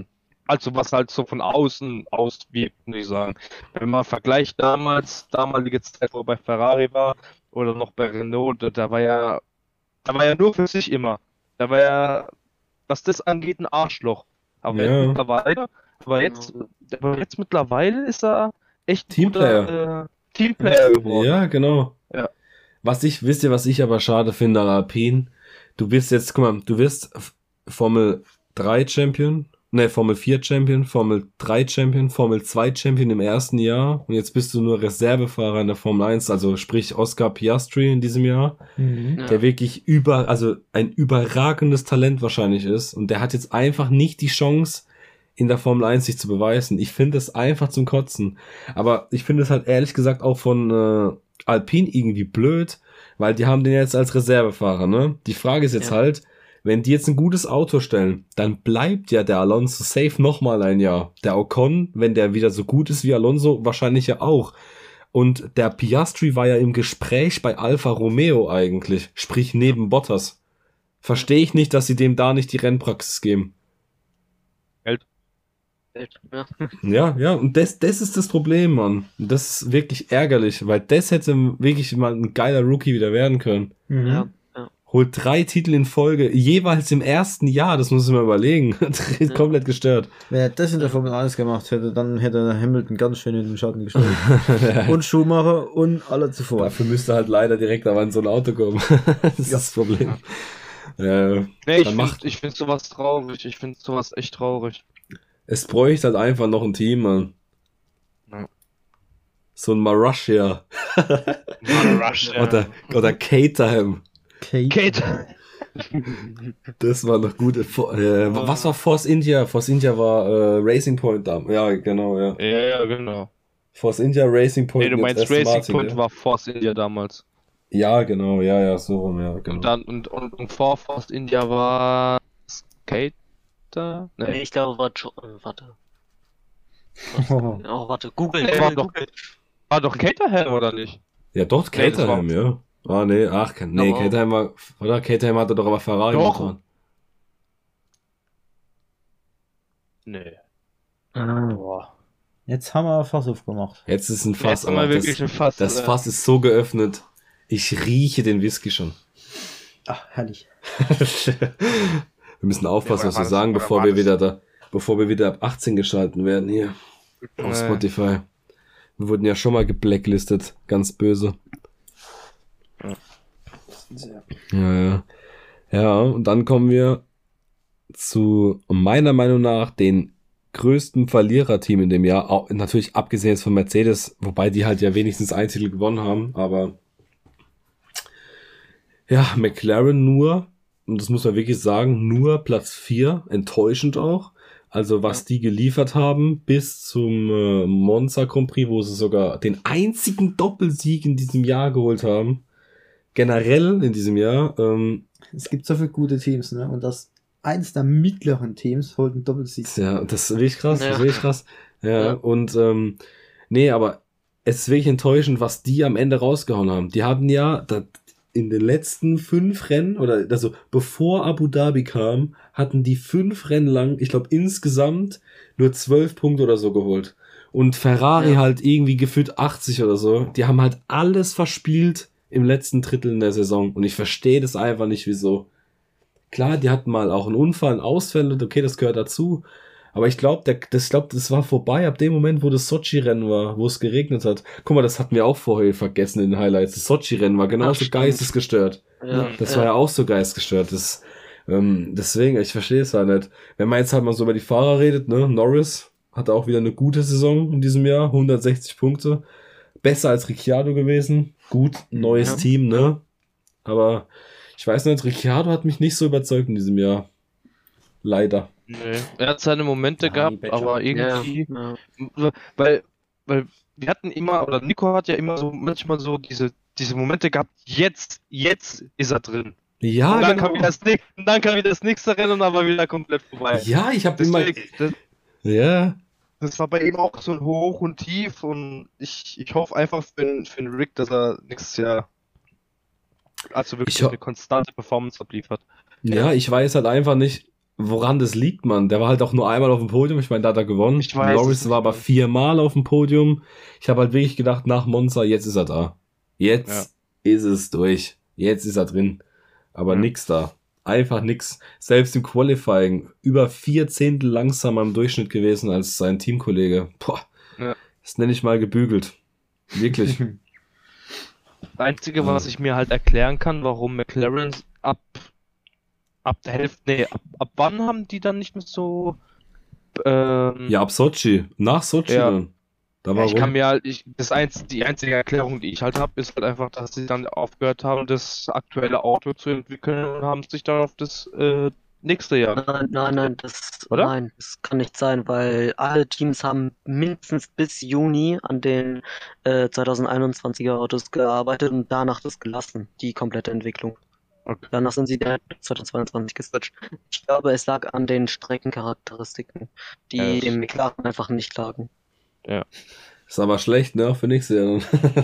Also was halt so von außen auswirkt, muss ich sagen. Wenn man vergleicht damals, damalige Zeit, wo er bei Ferrari war oder noch bei Renault, da, da war ja, da war ja nur für sich immer. Da war ja, was das angeht, ein Arschloch. Aber Ja. jetzt mittlerweile, aber jetzt, aber jetzt mittlerweile ist er echt ein Teamplayer. guter, äh, Teamplayer geworden. Ja, genau. Ja. Was ich, wisst ihr, was ich aber schade finde an Alpine? Du bist jetzt, guck mal, du wirst F- Formel drei Champion, ne, Formel vier Champion, Formel drei Champion, Formel zwei Champion im ersten Jahr und jetzt bist du nur Reservefahrer in der Formel eins, also sprich Oscar Piastri in diesem Jahr, Mhm. Ja. der wirklich über, also ein überragendes Talent wahrscheinlich ist und der hat jetzt einfach nicht die Chance, in der Formel eins sich zu beweisen. Ich finde es einfach zum Kotzen. Aber ich finde es halt ehrlich gesagt auch von äh, Alpine irgendwie blöd, weil die haben den jetzt als Reservefahrer, ne? Die Frage ist jetzt Ja. halt, wenn die jetzt ein gutes Auto stellen, dann bleibt ja der Alonso safe nochmal ein Jahr. Der Ocon, wenn der wieder so gut ist wie Alonso, wahrscheinlich ja auch. Und der Piastri war ja im Gespräch bei Alfa Romeo eigentlich, sprich neben Bottas. Verstehe ich nicht, dass sie dem da nicht die Rennpraxis geben. Ja. Ja, ja, und das, das ist das Problem, Mann. Und das ist wirklich ärgerlich, weil das hätte wirklich mal ein geiler Rookie wieder werden können. Mhm. Ja. Ja. Holt drei Titel in Folge, jeweils im ersten Jahr, das muss ich mir überlegen. Das ist Ja. komplett gestört. Wenn er das in der Formel eins gemacht hätte, dann hätte Hamilton ganz schön in den Schatten gestellt. Und Schumacher und alle zuvor. Dafür müsste halt leider direkt aber in so ein Auto kommen. Das ist das Problem. Ja. Nee, ich Dann finde macht- ich find sowas traurig. Ich finde sowas echt traurig. Es bräuchte halt einfach noch ein Team, Mann. Ja. So ein Marussia. Oder, oder Caterham. Kate. Kate. Das war noch gut. Fo- Äh, was war Force India? Force India war äh, Racing Point da. Ja, genau, ja. Ja, ja, genau. Force India, Racing Point. Nee, du und meinst jetzt Aston Racing Martin, Point ja? war Force India damals. Ja, genau, ja, ja, so rum, ja, genau. Und dann, und, und, und vor Force India war Skater? Nee, Nee. ich glaube, war Jo- äh, warte. Oh. Oh, warte, Google, Nee, Google, war doch- Google. War doch Caterham, oder nicht? Ja, doch, Nee, das Caterham, ja. Ah, nee, ach, ke- nee, Aber- Caterham war, oder? Caterham hatte doch aber Ferrari Doch. Motoren. Nee. Boah. Jetzt haben wir Fass aufgemacht. Jetzt ist ein Fass, Jetzt haben wir aber wirklich das, ein Fass. das äh, Fass ist so geöffnet. Ich rieche den Whisky schon. Ach, herrlich. Wir müssen aufpassen, Ja, was oder wir war sagen, das- bevor oder wir war wieder da, bevor wir wieder ab achtzehn geschalten werden hier auf Nee. Spotify. Wir wurden ja schon mal geblacklistet, ganz böse. Ja, ja. Ja, und dann kommen wir zu meiner Meinung nach den größten Verliererteam in dem Jahr. Auch, natürlich abgesehen jetzt von Mercedes, wobei die halt ja wenigstens einen Titel gewonnen haben, aber ja, McLaren nur, und das muss man wirklich sagen, nur Platz vier, enttäuschend auch. Also was die geliefert haben bis zum äh, Monza Grand Prix, wo sie sogar den einzigen Doppelsieg in diesem Jahr geholt haben. Generell in diesem Jahr. Ähm, Es gibt so viele gute Teams, ne? Und das eins der mittleren Teams holt einen Doppelsieg. ja, das ist wirklich krass, das ist Ja. wirklich krass. Ja, Ja. und ähm, nee, aber es ist wirklich enttäuschend, was die am Ende rausgehauen haben. Die haben ja da, in den letzten fünf Rennen, oder also bevor Abu Dhabi kam, hatten die fünf Rennen lang, ich glaube insgesamt nur zwölf Punkte oder so geholt. Und Ferrari Ja. halt irgendwie gefühlt achtzig oder so. Die haben halt alles verspielt im letzten Drittel in der Saison. Und ich verstehe das einfach nicht, wieso. Klar, die hatten mal auch einen Unfall, einen Ausfall, und okay, das gehört dazu. Aber ich glaube, das, ich glaub, das war vorbei ab dem Moment, wo das Sochi-Rennen war, wo es geregnet hat. Guck mal, das hatten wir auch vorher vergessen in den Highlights. Das Sochi-Rennen war genauso Ach, stimmt. geistesgestört. Ja, Das war ja auch so geistesgestört. Das, ähm, deswegen, ich verstehe es halt nicht. Wenn man jetzt halt mal so über die Fahrer redet, ne, Norris hatte auch wieder eine gute Saison in diesem Jahr, hundertsechzig Punkte. Besser als Ricciardo gewesen. Gut, neues Ja. Team, ne? Aber ich weiß nicht, Ricciardo hat mich nicht so überzeugt in diesem Jahr. Leider. Nee. Er hat seine Momente Ja, gehabt, die Badger. aber irgendwie, ja. weil, weil wir hatten immer, oder Nico hat ja immer so manchmal so diese, diese Momente gehabt, jetzt, jetzt ist er drin. Ja, und, dann genau. kam wieder das, näch- und dann kam wieder das nächste Rennen und dann war wieder komplett vorbei. Ja, ich habe immer. Deswegen, das, Ja, das war bei ihm auch so ein Hoch und Tief und ich, ich hoffe einfach für, den- für den Rick, dass er nächstes Jahr also wirklich Ich ho- eine konstante Performance abliefert. ja, ich weiß halt einfach nicht, woran das liegt, Mann. Der war halt auch nur einmal auf dem Podium. Ich meine, da hat er gewonnen. Ich weiß Norris es war nicht, aber Mann. viermal auf dem Podium. Ich habe halt wirklich gedacht, nach Monza, jetzt ist er da. Jetzt ist es durch. Jetzt ist er drin. Aber Ja. nix da. Einfach nix. Selbst im Qualifying über vier Zehntel langsamer im Durchschnitt gewesen als sein Teamkollege. Boah. Ja. Das nenne ich mal gebügelt. Wirklich. Das Einzige, was ich mir halt erklären kann, warum McLaren ab, ab der Hälfte, nee, ab, ab wann haben die dann nicht mehr so, ähm, Ja, ab Sochi. Nach Sochi Ja. dann. Da ja, war ich kann mir halt, ich, das einz, die einzige Erklärung, die ich halt habe, ist halt einfach, dass sie dann aufgehört haben, das aktuelle Auto zu entwickeln und haben sich dann auf das, äh, nächste Jahr. Nein, nein, nein, das, Oder? nein, das kann nicht sein, weil alle Teams haben mindestens bis Juni an den äh, zwanzig einundzwanziger Autos gearbeitet und danach das gelassen, die komplette Entwicklung. Okay. Danach sind sie dann zwanzig zweiundzwanzig geswitcht. Ich glaube, es lag an den Streckencharakteristiken, die Ja, das- dem McLaren einfach nicht lagen. Ist aber schlecht, ne? Für nächstes Jahr.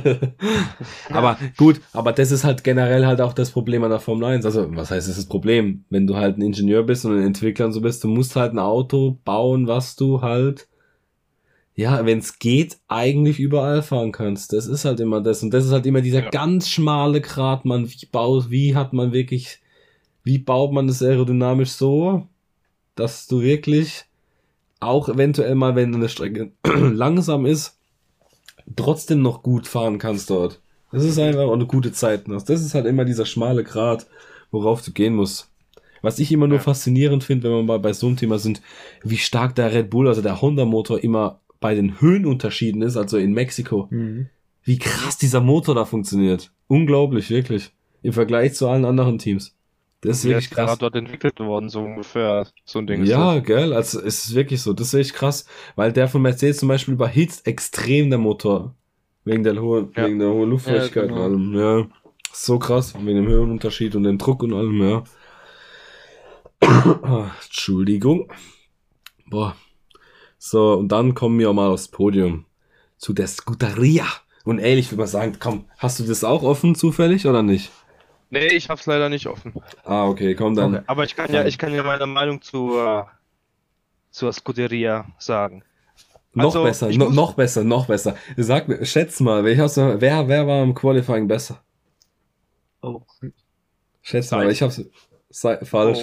Aber gut, aber das ist halt generell halt auch das Problem an der Formel eins. Also, was heißt, das ist das Problem? Wenn du halt ein Ingenieur bist und ein Entwickler und so bist, du musst halt ein Auto bauen, was du halt, ja, wenn es geht, eigentlich überall fahren kannst. Das ist halt immer das. Und das ist halt immer dieser Ja. ganz schmale Grat, man, wie baut, wie hat man wirklich, wie baut man das aerodynamisch so, dass du wirklich auch eventuell mal, wenn eine Strecke langsam ist, trotzdem noch gut fahren kannst dort. Das ist einfach auch eine gute Zeit. Das ist halt immer dieser schmale Grat, worauf du gehen musst. Was ich immer nur Ja. faszinierend finde, wenn wir mal bei so einem Thema sind, wie stark der Red Bull, also der Honda-Motor immer bei den Höhenunterschieden ist, also in Mexiko. Mhm. Wie krass dieser Motor da funktioniert. Unglaublich, wirklich. Im Vergleich zu allen anderen Teams. Das ist Der wirklich ist krass. gerade dort entwickelt worden, so ungefähr. So ein Ding ist Ja, das. gell, also es ist wirklich so, das ist echt krass, weil der von Mercedes zum Beispiel überhitzt extrem der Motor, wegen der hohen, Ja. wegen der hohen Luftfeuchtigkeit Ja, genau. und allem, ja, so krass, wegen dem Höhenunterschied und dem Druck und allem, ja. Ah, Entschuldigung, boah, so, und dann kommen wir auch mal aufs Podium, zu der Scuderia, und ehrlich, ich würde mal sagen, komm, hast du das auch offen zufällig, oder nicht? Nee, ich hab's leider nicht offen. Ah, okay, komm dann. Okay. Aber ich kann ja, ich kann ja meine Meinung zur, zur Scuderia sagen. Noch Also, besser, ich no, muss- noch besser, noch besser. Sag mir, schätz mal, wer, hast du, wer, wer war im Qualifying besser? Oh. Schätz mal, Sainz. ich hab's sei, falsch.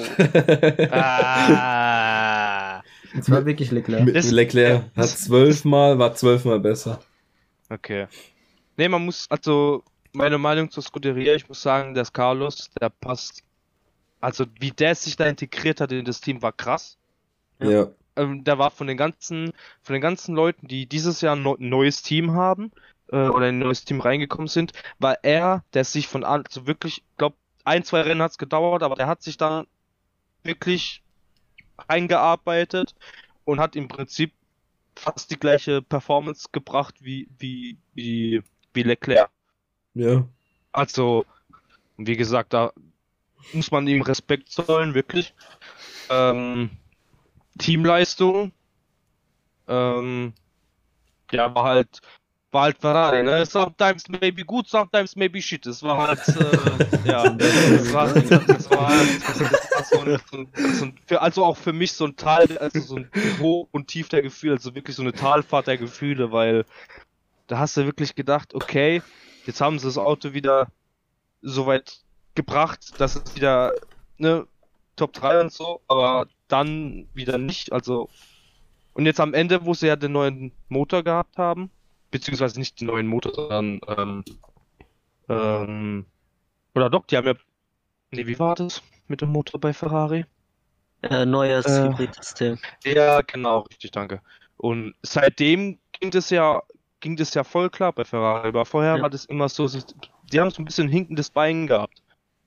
Ah. Das war wirklich Leclerc. Mit Das- Leclerc hat zwölfmal, war zwölfmal besser. Okay. Nee, man muss, also, meine Meinung zur Scuderia, ich muss sagen, dass Carlos, der passt. Also, wie der sich da integriert hat in das Team, war krass. Ja. Ja, Ähm, der war von den ganzen, von den ganzen Leuten, die dieses Jahr ein neu- neues Team haben, äh, oder in ein neues Team reingekommen sind, war er, der sich von an, also wirklich, glaub, ein, zwei Rennen hat's gedauert, aber der hat sich da wirklich eingearbeitet und hat im Prinzip fast die gleiche Performance gebracht wie, wie, wie, wie Leclerc. ja. Also, wie gesagt, da muss man ihm Respekt zollen, wirklich. Ähm, Teamleistung. Ähm, ja, war halt, war halt Ferrari, ne? Sometimes maybe good, sometimes maybe shit. Es war halt, äh, ja, das war, das war halt, das war so ein, so ein, so ein, für, also auch für mich so ein Tal, also so ein Hoch und Tief der Gefühle, also wirklich so eine Talfahrt der Gefühle, weil da hast du wirklich gedacht, okay, jetzt haben sie das Auto wieder so weit gebracht, dass es wieder, ne, Top drei und so, aber dann wieder nicht, also und jetzt am Ende, wo sie ja den neuen Motor gehabt haben, beziehungsweise nicht den neuen Motor, sondern ähm, ähm, oder doch, die haben ja, nee, wie war das mit dem Motor bei Ferrari? Äh, neues Äh. Hybridsystem. Ja, genau, richtig, danke. Und seitdem ging das ja, ging das ja voll klar bei Ferrari, aber vorher Ja. war das immer so, sie- die haben so ein bisschen hinkendes Bein gehabt.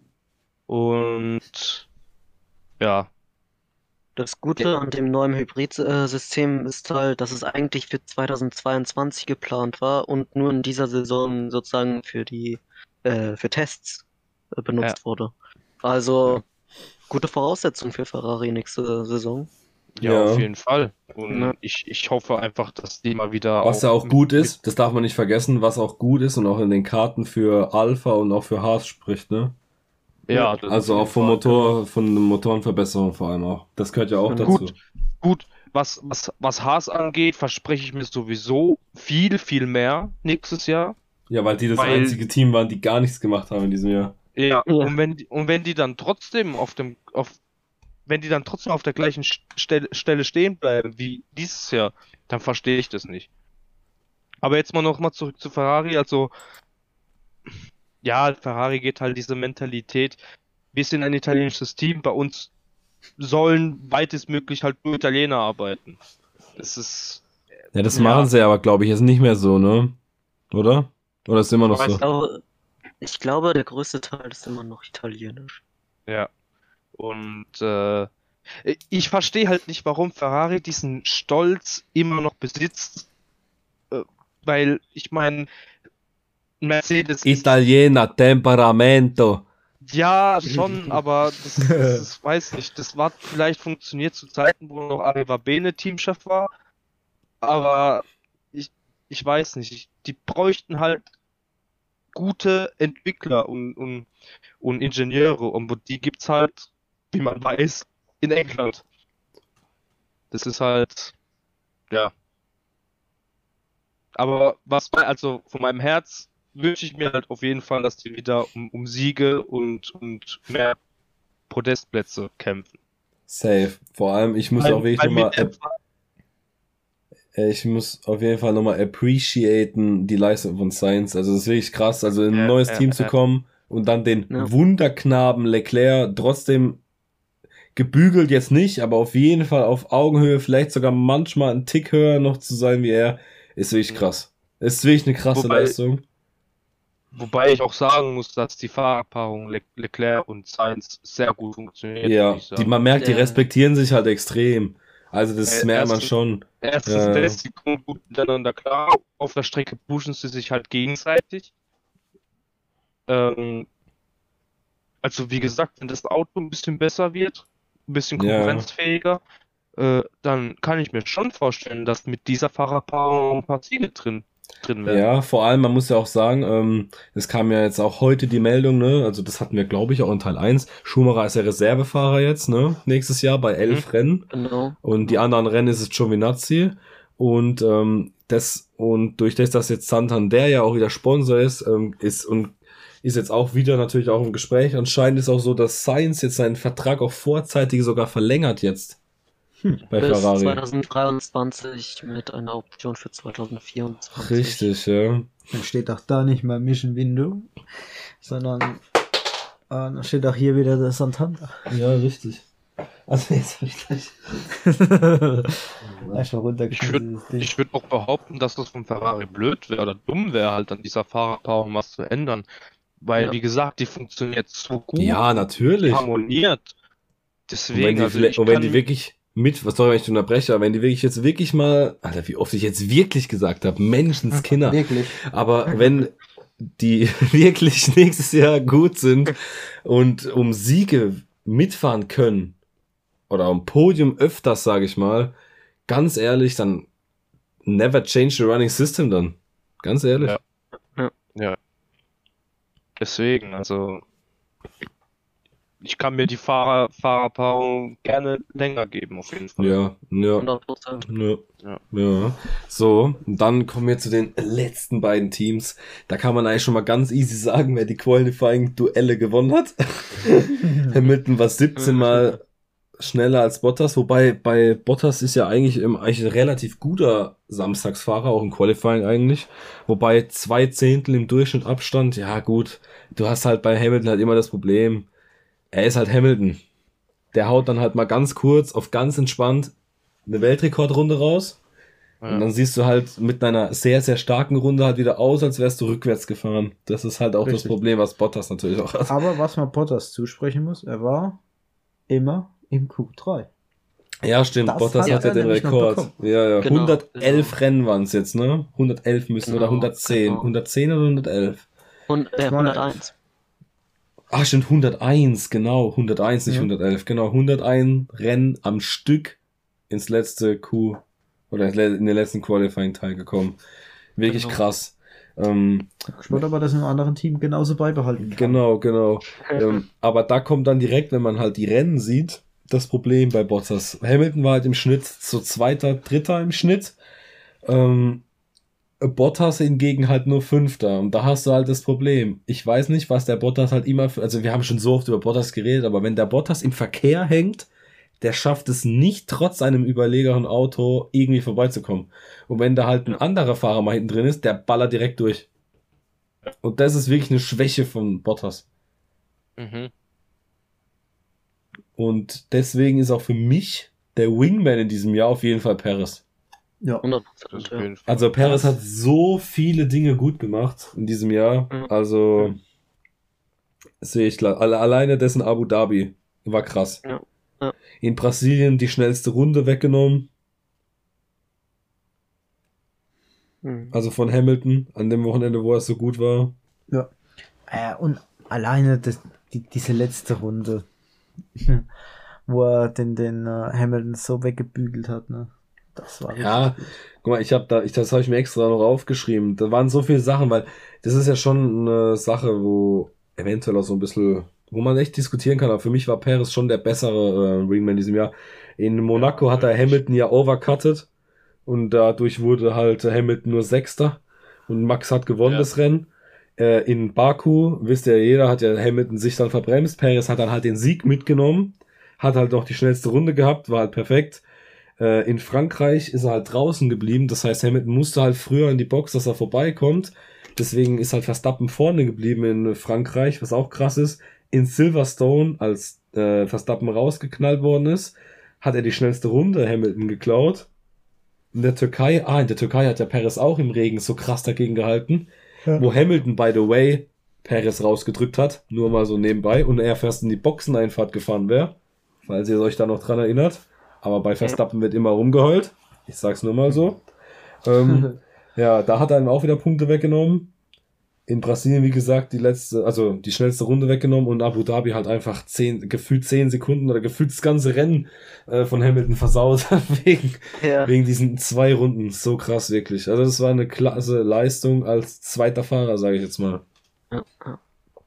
Und ja, Das Gute an dem neuen Hybridsystem ist halt, dass es eigentlich für zweitausendzweiundzwanzig geplant war und nur in dieser Saison sozusagen für die äh, für Tests äh, benutzt wurde. Also gute Voraussetzung für Ferrari nächste Saison. ja, Ja. auf jeden Fall. Und Ja. ich, ich hoffe einfach, dass die mal wieder Was ja auch mit- gut ist, das darf man nicht vergessen, was auch gut ist und auch in den Karten für Alpha und auch für Haas spricht, ne? Ja, das Also auf auch jeden vom Fall. Motor, von der Motorenverbesserung vor allem auch. Das gehört ja auch Und dazu. Gut, gut. Was, was, was Haas angeht, verspreche ich mir sowieso viel, viel mehr nächstes Jahr. Ja, weil die das Weil- einzige Team waren, die gar nichts gemacht haben in diesem Jahr. Ja, Ja. und wenn die, und wenn die dann trotzdem auf dem, auf, wenn die dann trotzdem auf der gleichen Stelle, Stelle stehen bleiben wie dieses Jahr, dann verstehe ich das nicht. Aber jetzt mal noch mal zurück zu Ferrari. Also, ja, Ferrari geht halt diese Mentalität. Wir sind ein italienisches Team, bei uns sollen weitestmöglich halt nur Italiener arbeiten. Das ist, Ja, das Ja. machen sie aber, glaube ich, jetzt nicht mehr so, ne? Oder? Oder ist immer noch Ich weiß so? Ich glaube, ich glaube, der größte Teil ist immer noch italienisch. ja. Und äh, ich verstehe halt nicht, warum Ferrari diesen Stolz immer noch besitzt. Äh, weil, ich meine, Mercedes ist, Italiener, Temperamento. ja, schon, aber das, das, das weiß nicht. Das war vielleicht funktioniert zu Zeiten, wo noch Arriva Bene Teamchef war. Aber ich, ich weiß nicht. Ich, die bräuchten halt gute Entwickler und, und, und Ingenieure. Und die gibt's halt, wie man weiß, in England. Das ist halt, ja. Aber was, mein- also von meinem Herz wünsche ich mir halt auf jeden Fall, dass die wieder um, um Siege und, und mehr Podestplätze kämpfen. Safe. Vor allem, ich muss Weil- auch wirklich weil nochmal, mit der- äh, ich muss auf jeden Fall nochmal appreciaten die Leistung von Sainz. Also das ist wirklich krass, also in ein Ja, neues ja, Team zu ja. kommen und dann den Ja. Wunderknaben Leclerc trotzdem gebügelt jetzt nicht, aber auf jeden Fall auf Augenhöhe, vielleicht sogar manchmal einen Tick höher noch zu sein wie er, ist wirklich Ja. krass. Ist wirklich eine krasse Wobei- Leistung. Wobei ich auch sagen muss, dass die Fahrerpaarung Le Leclerc und Sainz sehr gut funktioniert. Ja, würde ich sagen. die, man merkt, die Ja. respektieren sich halt extrem. Also das Äh, merkt man erstens- schon. Erstens Ja. das, die kommen gut miteinander klar. Auf der Strecke pushen sie sich halt gegenseitig. Ähm, also wie gesagt, wenn das Auto ein bisschen besser wird, ein bisschen Ja. konkurrenzfähiger, äh, dann kann ich mir schon vorstellen, dass mit dieser Fahrerpaarung ein paar Siege drin, drin werden. Ja, vor allem, man muss ja auch sagen, ähm, es kam ja jetzt auch heute die Meldung, ne, also das hatten wir, glaube ich, auch in Teil eins. Schumacher ist ja Reservefahrer jetzt, ne, nächstes Jahr bei elf Rennen. Genau. Und die anderen Rennen ist es Giovinazzi. Und ähm, das und durch das, dass jetzt Santander ja auch wieder Sponsor ist, ähm, ist und ist jetzt auch wieder natürlich auch im Gespräch. Anscheinend ist auch so, dass Sainz jetzt seinen Vertrag auch vorzeitig sogar verlängert jetzt bei Bis Ferrari. zwanzig dreiundzwanzig mit einer Option für zwanzig vierundzwanzig. Richtig, ja. Dann steht auch da nicht mal Mission Window, sondern äh, dann steht auch hier wieder der Santander. Ja, richtig. Also jetzt hab ich gleich. Einfach Ich runtergeschmissen. würde dieses Ding. ich würd auch behaupten, dass das von Ferrari blöd wäre oder dumm wäre, halt an dieser Fahrerpaarung was zu ändern. Weil, Ja. wie gesagt, die funktioniert so gut, Ja, natürlich. harmoniert. Und Deswegen, wenn die, also vielleicht- ich und wenn kann, die wirklich mit, was soll ich unterbrechen, aber wenn die wirklich jetzt wirklich mal, Alter, wie oft ich jetzt wirklich gesagt habe, Menschenskinder. Wirklich. Aber wenn die wirklich nächstes Jahr gut sind und um Siege mitfahren können, oder um Podium öfters, sage ich mal, ganz ehrlich, dann never change the running system dann. Ganz ehrlich. Ja. deswegen, also ich kann mir die Fahrer, Fahrerpaarung gerne länger geben, auf jeden Fall. Ja, ja. hundert Prozent. Ja. Ja. Ja. So, und dann kommen wir zu den letzten beiden Teams. Da kann man eigentlich schon mal ganz easy sagen, wer die Qualifying-Duelle gewonnen hat. Hamilton war siebzehn Mal schneller als Bottas, wobei bei Bottas ist ja eigentlich, im, eigentlich ein relativ guter Samstagsfahrer, auch im Qualifying eigentlich. Wobei zwei Zehntel im Durchschnitt Abstand, ja gut, du hast halt bei Hamilton halt immer das Problem, er ist halt Hamilton. Der haut dann halt mal ganz kurz, auf ganz entspannt, eine Weltrekordrunde raus. Ja. Und dann siehst du halt mit einer sehr, sehr starken Runde halt wieder aus, als wärst du rückwärts gefahren. Das ist halt auch das Richtig. Problem, was Bottas natürlich auch hat. Aber was man Bottas zusprechen muss, er war immer im Q drei. Ja, stimmt, Das Bottas hat hat ja er den nämlich noch Rekord. bekommen. Ja, ja, Genau, hundertelf genau. Rennen waren es jetzt, ne? hundertelf müssen Genau, oder hundertzehn. genau. hundertzehn oder hundertelf? Und, äh, hunderteins. Ach, stimmt, hunderteins, genau. hunderteins, nicht Ja. hundertelf. Genau, hunderteins Rennen am Stück ins letzte Q oder in den letzten Qualifying-Teil gekommen. Wirklich Genau. krass. Ähm, Ich wollte aber das im anderen Team genauso beibehalten kann. Genau, genau. ähm, aber da kommt dann direkt, wenn man halt die Rennen sieht, das Problem bei Bottas. Hamilton war halt im Schnitt so Zweiter, Dritter im Schnitt. Ähm, Bottas hingegen halt nur Fünfter. Und da hast du halt das Problem. Ich weiß nicht, was der Bottas halt immer für, also wir haben schon so oft über Bottas geredet, aber wenn der Bottas im Verkehr hängt, der schafft es nicht, trotz einem überlegenen Auto irgendwie vorbeizukommen. Und wenn da halt ein anderer Fahrer mal hinten drin ist, der ballert direkt durch. Und das ist wirklich eine Schwäche von Bottas. Mhm. Und deswegen ist auch für mich der Wingman in diesem Jahr auf jeden Fall Perez. Ja. hundert Das Prozent. ist auf jeden Fall. Also Perez hat so viele Dinge gut gemacht in diesem Jahr. Mhm. Also sehe ich klar. Alle, alleine dessen Abu Dhabi war krass. Ja. Ja. In Brasilien die schnellste Runde weggenommen. Mhm. Also von Hamilton an dem Wochenende, wo er so gut war. Äh, und alleine das, die, diese letzte Runde, wo er den, den uh, Hamilton so weggebügelt hat, ne? Das war Ja, richtig gut. guck mal, ich habe da, ich, das habe ich mir extra noch aufgeschrieben. Da waren so viele Sachen, weil das ist ja schon eine Sache, wo eventuell auch so ein bisschen, wo man echt diskutieren kann. Aber für mich war Perez schon der bessere äh, Ringman in diesem Jahr. In Monaco hat er Hamilton ja overcutted und dadurch wurde halt Hamilton nur Sechster und Max hat gewonnen Ja. das Rennen. Äh, in Baku, wisst ihr ja jeder, hat ja Hamilton sich dann verbremst. Perez hat dann halt den Sieg mitgenommen, hat halt noch die schnellste Runde gehabt, war halt perfekt. Äh, in Frankreich ist er halt draußen geblieben, das heißt, Hamilton musste halt früher in die Box, dass er vorbeikommt. Deswegen ist halt Verstappen vorne geblieben in Frankreich, was auch krass ist. In Silverstone, als äh, Verstappen rausgeknallt worden ist, hat er die schnellste Runde Hamilton geklaut. In der Türkei, ah, in der Türkei hat ja Perez auch im Regen so krass dagegen gehalten, Ja. wo Hamilton, by the way, Perez rausgedrückt hat, nur mal so nebenbei, und er fast in die Boxeneinfahrt gefahren wäre, falls ihr euch da noch dran erinnert. Aber bei Verstappen wird immer rumgeheult. Ich sag's nur mal so. Ähm, ja, da hat er ihm auch wieder Punkte weggenommen. In Brasilien, wie gesagt, die letzte, also die schnellste Runde weggenommen und Abu Dhabi halt einfach zehn, gefühlt zehn Sekunden oder gefühlt das ganze Rennen äh, von Hamilton versaut wegen, Ja. wegen diesen zwei Runden. So krass, wirklich. Also das war eine klasse Leistung als zweiter Fahrer, sage ich jetzt mal. Ja, ja.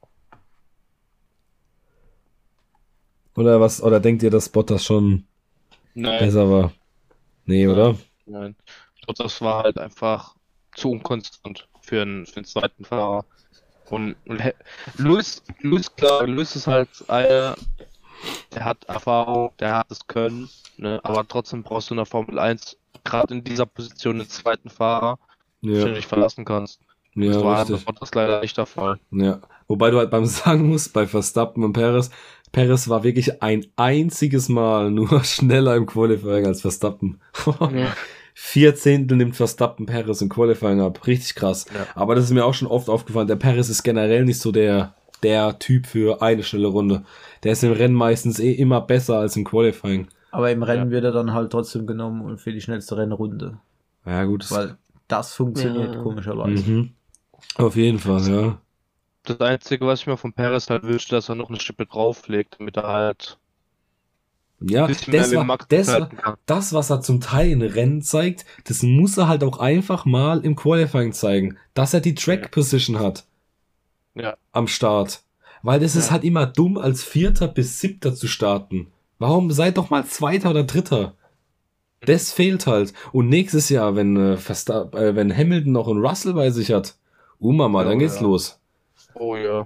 Oder was, oder denkt ihr, dass Bottas schon Nein, besser war? Nee, Nein. oder? nein. Ich glaube, das war halt einfach zu unkonstant für einen, für einen zweiten Fahrer. Und, und He- Lewis, Lewis, klar, Lewis ist halt einer, der hat Erfahrung, der hat das Können, ne? Aber trotzdem brauchst du in der Formel eins, gerade in dieser Position, einen zweiten Fahrer, den du Ja, dich verlassen kannst. ja, Das war halt richtig. bei Bottas leider nicht der Fall. Ja, wobei du halt beim sagen musst, bei Verstappen und Perez, Perez war wirklich ein einziges Mal nur schneller im Qualifying als Verstappen. Ja. Vier Zehntel nimmt Verstappen Perez im Qualifying ab. Richtig krass. Ja. Aber das ist mir auch schon oft aufgefallen. Der Perez ist generell nicht so der, der Typ für eine schnelle Runde. Der ist im Rennen meistens eh immer besser als im Qualifying. Aber im Rennen Ja. wird er dann halt trotzdem genommen und für die schnellste Rennrunde. Ja, gut. Das Weil das funktioniert Ja. komischerweise. mhm. Auf jeden Fall, ja. Das Einzige, was ich mir von Perez halt wünsche, dass er noch eine Schippe drauflegt, damit er halt Ja, ein bisschen das mehr war, den Max das, war, halten kann. das, was er zum Teil in Rennen zeigt, das muss er halt auch einfach mal im Qualifying zeigen, dass er die Track Position hat Ja, am Start. Weil das ist Ja. halt immer dumm, als Vierter bis Siebter zu starten. Warum seid doch mal Zweiter oder Dritter? Das fehlt halt. Und nächstes Jahr, wenn, äh, Versta- äh, wenn Hamilton noch einen Russell bei sich hat, uh, Mama, Ja, dann geht's ja. los. oh ja.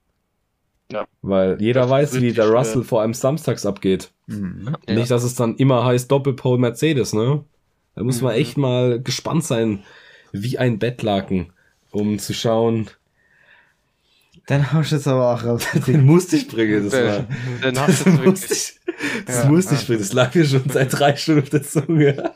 Weil jeder Das weiß, wird wie richtig der schwer. Russell vor allem samstags abgeht. Mhm. Ja. Nicht, dass es dann immer heißt Doppelpole Mercedes, ne? Da muss man Mhm. echt mal gespannt sein, wie ein Bettlaken, um zu schauen. Dann hast du jetzt aber auch raus. Den musste ich bringen, das war. Dann Das hast du jetzt musste wirklich. ich, das Ja, musste ja. ich bringen. Das lag mir schon seit drei Stunden auf der Zunge.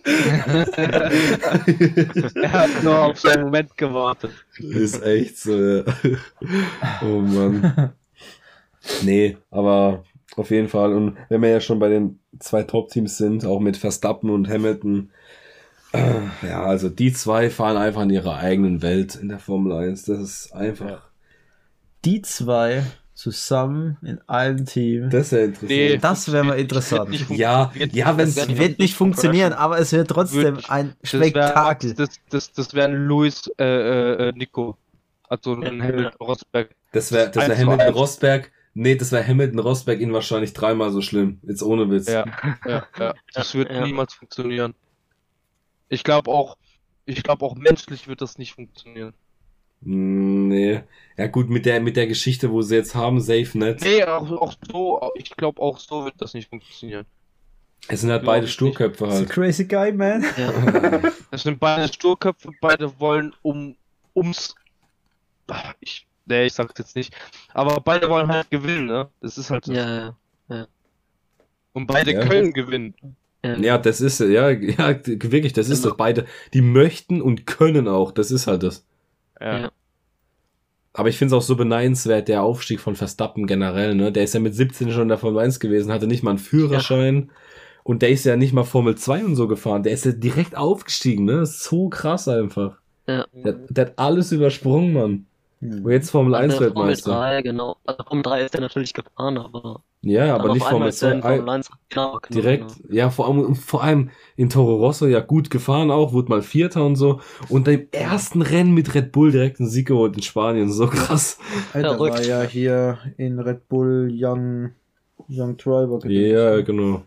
Er hat nur auf seinen Moment gewartet. Ist echt so. Ja. Oh Mann. Nee, aber auf jeden Fall. Und wenn wir ja schon bei den zwei Top-Teams sind, auch mit Verstappen und Hamilton, äh, ja, also die zwei fahren einfach in ihrer eigenen Welt in der Formel eins. Das ist einfach. Ja. Die zwei zusammen in einem Team. Das ist ja interessant. Nee. Das wäre mal Wird interessant. nicht fun- Ja, wird- ja, wenn's- das Es wird nicht funktionieren, aber es wird trotzdem Wird- ein Das wär- Spektakel. Das, das, das wären Luis, äh, äh, äh, Nico. Also ein Hamilton Rosberg. Das wäre das wär eins zu Hamilton eins. Rosberg. Nee, das wäre Hamilton Rosberg ihn wahrscheinlich dreimal so schlimm. Jetzt ohne Witz. Ja, ja, ja. Das wird Ja. niemals funktionieren. Ich glaube auch, ich glaube auch menschlich wird das nicht funktionieren. Mm, Nee. Ja gut, mit der mit der Geschichte, wo sie jetzt haben, safe nicht. Nee, auch, auch so, ich glaube auch so wird das nicht funktionieren. Es sind halt glaub beide ich Sturköpfe It's a halt. crazy guy, man. Ja. Das sind beide Sturköpfe, beide wollen um, ums, Ah, ich, nee, ich sag's jetzt nicht, aber beide wollen halt gewinnen, ne? Das ist halt so. Ja, ja. Und beide Ja. können gewinnen. ja. Ja, das ist ja, ja, wirklich, das ist Genau. das. Beide, die möchten und können auch. Das ist halt das. Ja. Ja. Aber ich finde es auch so beneidenswert, der Aufstieg von Verstappen generell, ne? Der ist ja mit siebzehn schon in der Formel eins gewesen, hatte nicht mal einen Führerschein. Und der ist ja nicht mal Formel zwei und so gefahren. Der ist ja direkt aufgestiegen, ne? So krass einfach. Ja. Der, der hat alles übersprungen, Mann. Und jetzt Formel eins Also Formel Weltmeister. drei, genau. Also Formel drei ist er natürlich gefahren, aber. Ja, aber dann nicht auf einmal Formel ist er in zwei. Formel eins. Genau, genau, Direkt, Genau. ja, vor allem, vor allem in Toro Rosso ja gut gefahren auch, wurde mal Vierter und so. Und im ersten Rennen mit Red Bull direkt einen Sieg geholt in Spanien, so krass. Alter, Verrückt. war ja hier in Red Bull Young, Young Driver. Ja, genau.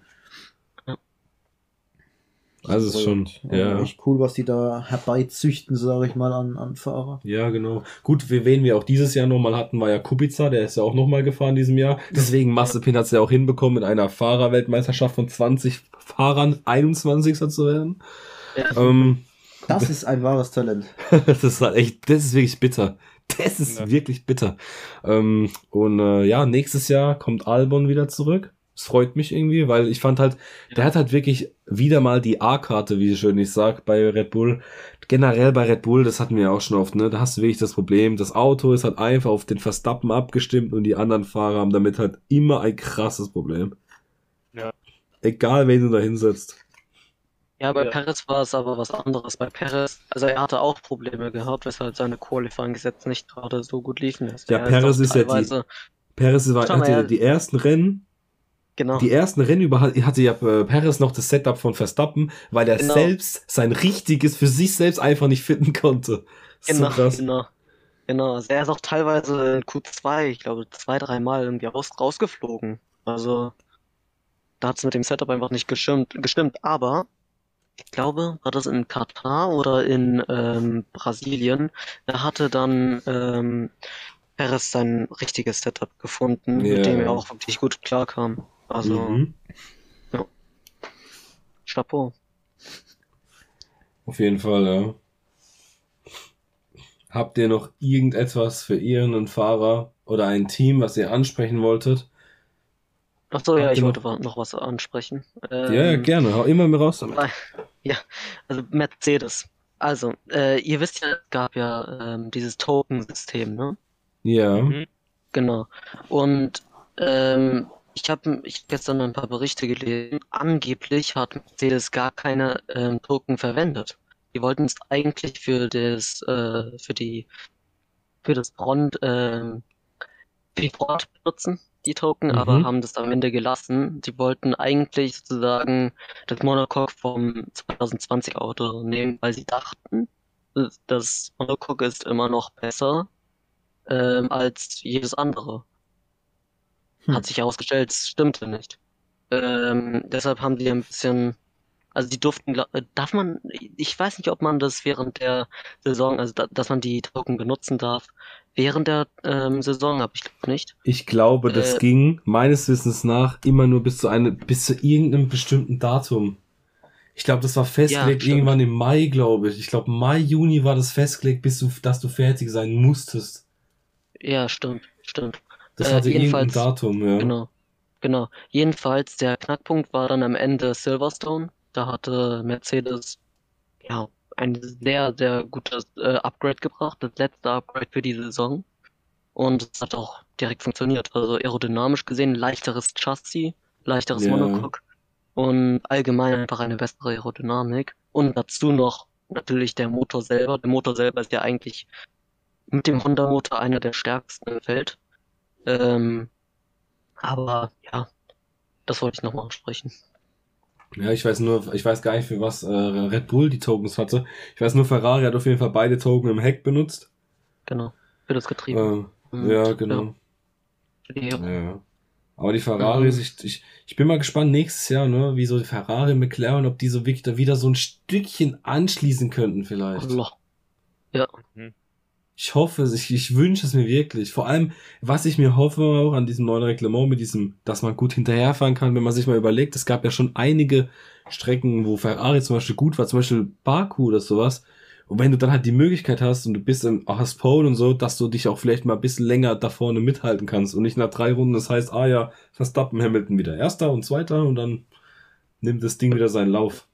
Also es ist schon, Ja. ja. Echt cool, was die da herbeizüchten, sage ich mal, an, an Fahrer. Ja, genau. Gut, wir- wen wir auch dieses Jahr nochmal hatten, war ja Kubica, der ist ja auch nochmal gefahren in diesem Jahr. Deswegen Mazepin hat es ja auch hinbekommen, in einer Fahrerweltmeisterschaft von zwanzig Fahrern einundzwanzigster zu werden. Ja. Ähm, Das ist ein wahres Talent. das ist halt echt, das ist wirklich bitter. Das ist Ja. wirklich bitter. Ähm, und äh, ja, nächstes Jahr kommt Albon wieder zurück. Das freut mich irgendwie, weil ich fand halt, der hat halt wirklich wieder mal die A-Karte, wie ich schön nicht sag, bei Red Bull. Generell bei Red Bull, das hatten wir ja auch schon oft, ne? Da hast du wirklich das Problem, das Auto ist halt einfach auf den Verstappen abgestimmt und die anderen Fahrer haben damit halt immer ein krasses Problem. Ja. Egal, wen du da hinsetzt. Ja, bei Ja. Perez war es aber was anderes. Bei Perez, also er hatte auch Probleme gehabt, weshalb seine Qualifying-Gesetze nicht gerade so gut liefen. Also Ja, er Perez auch ist ja die- teilweise, Perez war, Schau mal, hatte ja. die ersten Rennen, genau. die ersten Rennen über hatte ja äh, Perez noch das Setup von Verstappen, weil er Genau. selbst sein richtiges für sich selbst einfach nicht finden konnte. Das ist Genau, so krass. genau. Genau. Also er ist auch teilweise in Q zwei, ich glaube, zwei, dreimal irgendwie raus, rausgeflogen. Also da hat es mit dem Setup einfach nicht gestimmt, gestimmt. Aber ich glaube, war das in Katar oder in ähm, Brasilien, da hatte dann ähm, Perez sein richtiges Setup gefunden, Ja. mit dem er auch wirklich gut klarkam. Also Mhm. Chapeau. Auf jeden Fall, ja. Habt ihr noch irgendetwas für irgendeinen Fahrer oder ein Team, was ihr ansprechen wolltet? Ach so, ja, Habt ich ihr wollte wa- noch was ansprechen. ja, ja, Ähm, gerne. Hau immer mir raus damit. Ja, also Mercedes. Also, äh, ihr wisst ja, es gab ja ähm, dieses Token-System, ne? Ja. Mhm. Genau. Und ähm, ich habe ich hab gestern ein paar Berichte gelesen. Angeblich hat Mercedes gar keine ähm, Token verwendet. Die wollten es eigentlich für das, äh, für die, für das Front, ähm, für die Front benutzen, die Token, Mhm. aber haben das am Ende gelassen. Die wollten eigentlich sozusagen das Monocoque vom zwanzig zwanzig Auto nehmen, weil sie dachten, das- das Monocoque ist immer noch besser ähm, als jedes andere. Hm. Hat sich herausgestellt, es stimmte nicht. Ähm, deshalb haben die ein bisschen, also die durften, gla- äh, darf man, ich weiß nicht, ob man das während der Saison, also da, dass man die Token benutzen darf, während der ähm, Saison, aber ich glaube nicht. Ich glaube, das Äh, ging meines Wissens nach immer nur bis zu einem, bis zu irgendeinem bestimmten Datum. Ich glaube, das war festgelegt stimmt. irgendwann im Mai, glaube ich. Ich glaube, Mai, Juni war das festgelegt, bis du, dass du fertig sein musstest. Ja, stimmt, stimmt. Das Äh, hatte irgendein jedenfalls- Datum, ja. Genau, genau. Jedenfalls, der Knackpunkt war dann am Ende Silverstone. Da hatte Mercedes, ja, ein sehr, sehr gutes äh, Upgrade gebracht, das letzte Upgrade für die Saison. Und es hat auch direkt funktioniert. Also aerodynamisch gesehen, leichteres Chassis, leichteres Ja. Monocoque und allgemein einfach eine bessere Aerodynamik. Und dazu noch natürlich der Motor selber. Der Motor selber ist ja eigentlich mit dem Honda-Motor einer der stärksten im Feld. Ähm, aber ja, das wollte ich nochmal ansprechen. Ja, ich weiß nur, ich weiß gar nicht, für was äh, Red Bull die Tokens hatte. Ich weiß nur, Ferrari hat auf jeden Fall beide Token im Heck benutzt. Genau, für das Getriebe. Ähm, Und, ja, genau. Für die, Ja. Ja. Aber die Ferraris, Mhm. ich, ich, ich bin mal gespannt nächstes Jahr, ne, wie so die Ferrari, McLaren, ob die so wirklich da wieder so ein Stückchen anschließen könnten vielleicht. Allah. Ja, Ich hoffe es, ich, ich wünsche es mir wirklich. Vor allem, was ich mir hoffe auch an diesem neuen Reglement mit diesem, dass man gut hinterherfahren kann, wenn man sich mal überlegt, es gab ja schon einige Strecken, wo Ferrari zum Beispiel gut war, zum Beispiel Baku oder sowas. Und wenn du dann halt die Möglichkeit hast und du bist im hast Pole und so, dass du dich auch vielleicht mal ein bisschen länger da vorne mithalten kannst und nicht nach drei Runden, das heißt, ah ja, Verstappen, Hamilton wieder Erster und Zweiter und dann nimmt das Ding wieder seinen Lauf.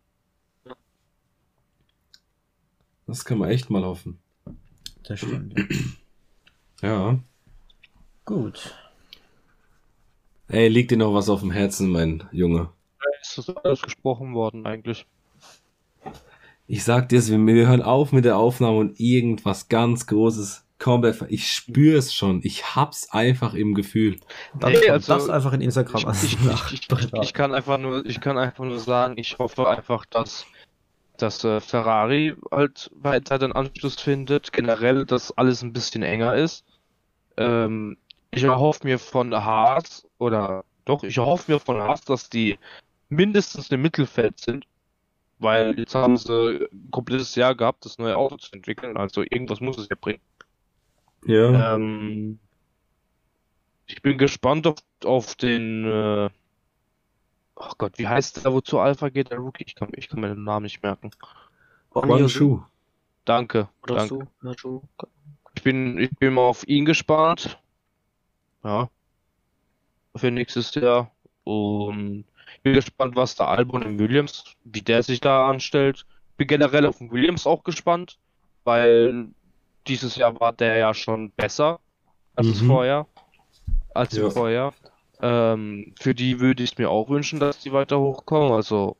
Das kann man echt mal hoffen. Das stimmt. Ja. Gut. Ey, liegt dir noch was auf dem Herzen, mein Junge? Ist das alles gesprochen worden eigentlich? Ich sag dir, wir, wir hören auf mit der Aufnahme und irgendwas ganz Großes kommt einfach. Ich spüre es schon. Ich hab's einfach im Gefühl. Dann Nee, kommt also, das einfach in Instagram als Ich, ich, ich, ich, ich kann einfach nur, ich kann einfach nur sagen, ich hoffe einfach, dass, dass äh, Ferrari halt weiter den Anschluss findet. Generell, dass alles ein bisschen enger ist. Ähm, ich erhoffe mir von Haas, oder doch, ich erhoffe mir von Haas, dass die mindestens im Mittelfeld sind. Weil jetzt haben sie ein komplettes Jahr gehabt, das neue Auto zu entwickeln. Also irgendwas muss es ja bringen. Ja. Ähm, ich bin gespannt auf, auf den, äh, oh Gott, wie heißt der, wozu Alpha geht, der Rookie? Ich kann, ich kann mir den Namen nicht merken. Quan Shu. Danke, oder danke. so. Ja, so. Ich bin, ich bin mal auf ihn gespannt. Ja. Für nächstes Jahr. Und ich bin gespannt, was der Albon im Williams, wie der sich da anstellt. Bin generell auf den Williams auch gespannt, weil dieses Jahr war der ja schon besser als es Mhm. vorher. Als Ja. im Vorjahr. Ähm, für die würde ich mir auch wünschen, dass die weiter hochkommen. Also,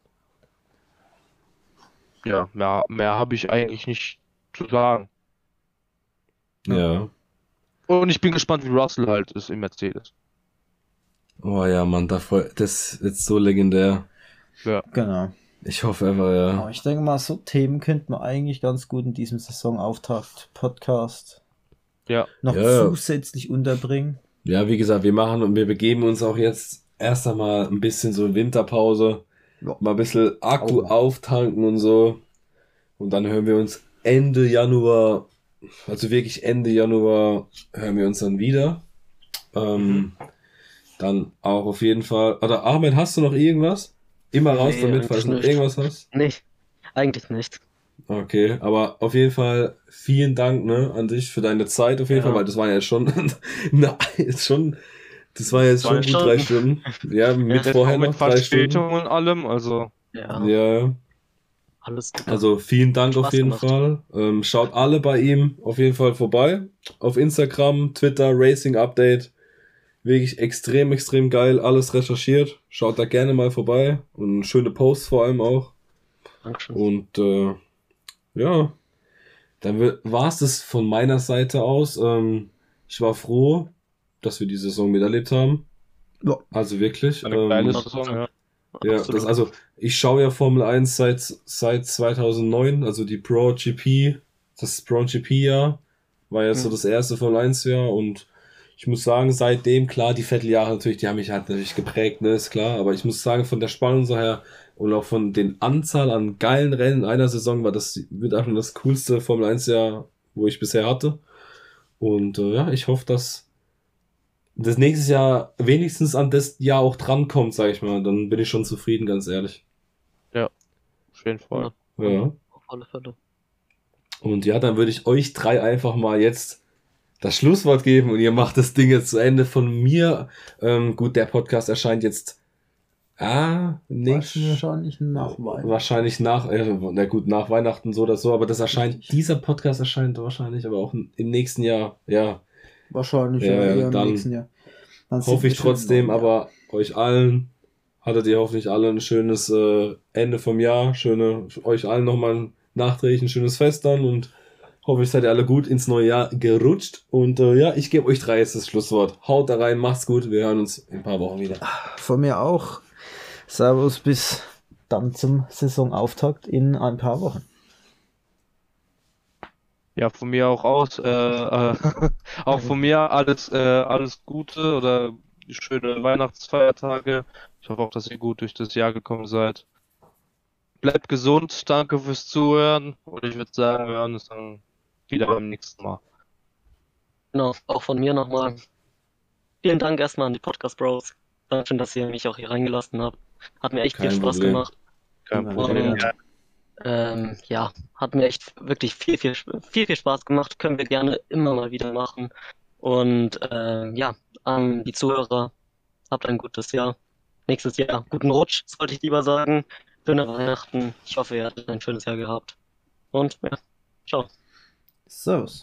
ja, mehr, mehr habe ich eigentlich nicht zu sagen. Ja. Und ich bin gespannt, wie Russell halt ist im Mercedes. Oh ja, Mann, da voll, das ist so legendär. Ja. Genau. Ich hoffe einfach, ja. Aber ich denke mal, so Themen könnten wir eigentlich ganz gut in diesem Saisonauftakt-Podcast Ja. noch Ja. zusätzlich unterbringen. Ja, wie gesagt, wir machen und wir begeben uns auch jetzt erst einmal ein bisschen so in Winterpause. Ja. Mal ein bisschen Akku Oh. auftanken und so. Und dann hören wir uns Ende Januar, also wirklich Ende Januar, hören wir uns dann wieder. Ähm, dann auch auf jeden Fall. Oder Ahmed, hast du noch irgendwas? Immer raus Nee, damit, falls du noch eigentlich irgendwas hast. Nicht. Eigentlich nicht. Okay, aber auf jeden Fall vielen Dank, ne, an dich für deine Zeit auf jeden Ja. Fall, weil das war ja jetzt schon, na, jetzt schon, das war jetzt schon Zwei gut drei Stunden. Ja, mit Ja, vorher Auch mit noch drei Stunden. Verspätung und allem, also. Ja, Ja, alles gut. also vielen Dank Spaß auf jeden gemacht. Fall. Ähm, schaut alle bei ihm auf jeden Fall vorbei. Auf Instagram, Twitter, Racing Update. Wirklich extrem, extrem geil, alles recherchiert. Schaut da gerne mal vorbei. Und schöne Posts vor allem auch. Dankeschön. Und äh, ja, dann war es das von meiner Seite aus. Ähm, ich war froh, dass wir die Saison miterlebt haben. Ja. Also wirklich. Eine ähm, geile Saison, ja. ja, Absolut. das, also ich schaue ja Formel eins seit seit zweitausendneun, also die Pro G P, das Pro G P Jahr war ja so Mhm. das erste Formel eins Jahr und ich muss sagen, seitdem, klar, die Vetteljahre natürlich, die haben mich halt natürlich geprägt, ne, ist klar, aber ich muss sagen, von der Spannung so her und auch von den Anzahl an geilen Rennen in einer Saison war das, wird einfach das coolste Formel eins Jahr, wo ich bisher hatte. Und äh, ja, ich hoffe, dass das nächste Jahr wenigstens an das Jahr auch drankommt, sag ich mal. Dann bin ich schon zufrieden, ganz ehrlich. Auf jeden Fall. Ja. Auf alle Fälle. Und ja, dann würde ich euch drei einfach mal jetzt das Schlusswort geben und ihr macht das Ding jetzt zu Ende von mir. Ähm, gut, der Podcast erscheint jetzt ah, im nächsten Wahrscheinlich nach Weihnachten. wahrscheinlich nach, äh, na gut, nach Weihnachten so oder so, aber das erscheint, Richtig. dieser Podcast erscheint wahrscheinlich aber auch im nächsten Jahr, ja. Wahrscheinlich Ja, ja, ja, eher im dann nächsten Jahr. Dann sind Hoffe wir ich schon im trotzdem, neuen Jahr. aber euch allen, hattet ihr hoffentlich alle ein schönes äh, Ende vom Jahr, schöne, euch allen nochmal nachträglich ein schönes Fest dann und Hoffe, ich seid ihr alle gut ins neue Jahr gerutscht. Und äh, ja, ich gebe euch drei jetzt das Schlusswort. Haut da rein, macht's gut. Wir hören uns in ein paar Wochen wieder. Von mir auch. Servus, bis dann zum Saisonauftakt in ein paar Wochen. Ja, von mir auch aus. Äh, äh, auch von mir alles, äh, alles Gute oder schöne Weihnachtsfeiertage. Ich hoffe auch, dass ihr gut durch das Jahr gekommen seid. Bleibt gesund, danke fürs Zuhören. Und ich würde sagen, wir hören uns dann wieder beim nächsten Mal. Genau, auch von mir nochmal. Vielen Dank erstmal an die Podcast Bros. Dankeschön, dass ihr mich auch hier reingelassen habt. Hat mir echt Kein viel Spaß Problem. gemacht. Kein Ja, Problem. ja. Ähm, ja, hat mir echt wirklich viel, viel, viel, viel Spaß gemacht. Können wir gerne immer mal wieder machen. Und äh, ja, an die Zuhörer, habt ein gutes Jahr. Nächstes Jahr guten Rutsch, sollte ich lieber sagen. Schöne Weihnachten. Ich hoffe, ihr hattet ein schönes Jahr gehabt. Und ja, ciao. Servus.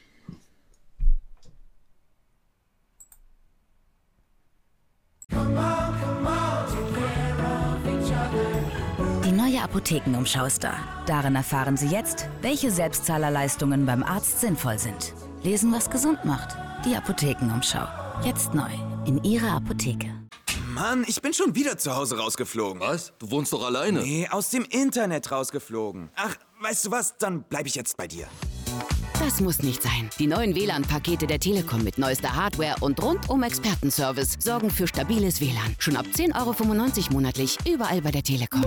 Die neue Apothekenumschau ist da. Darin erfahren Sie jetzt, welche Selbstzahlerleistungen beim Arzt sinnvoll sind. Lesen, was gesund macht. Die Apothekenumschau. Jetzt neu. In Ihrer Apotheke. Mann, ich bin schon wieder zu Hause rausgeflogen. Was? Du wohnst doch alleine. Nee, aus dem Internet rausgeflogen. Ach, weißt du was? Dann bleib ich jetzt bei dir. Das muss nicht sein. Die neuen W L A N-Pakete der Telekom mit neuester Hardware und rundum Expertenservice sorgen für stabiles W L A N. Schon ab zehn Euro fünfundneunzig monatlich, überall bei der Telekom.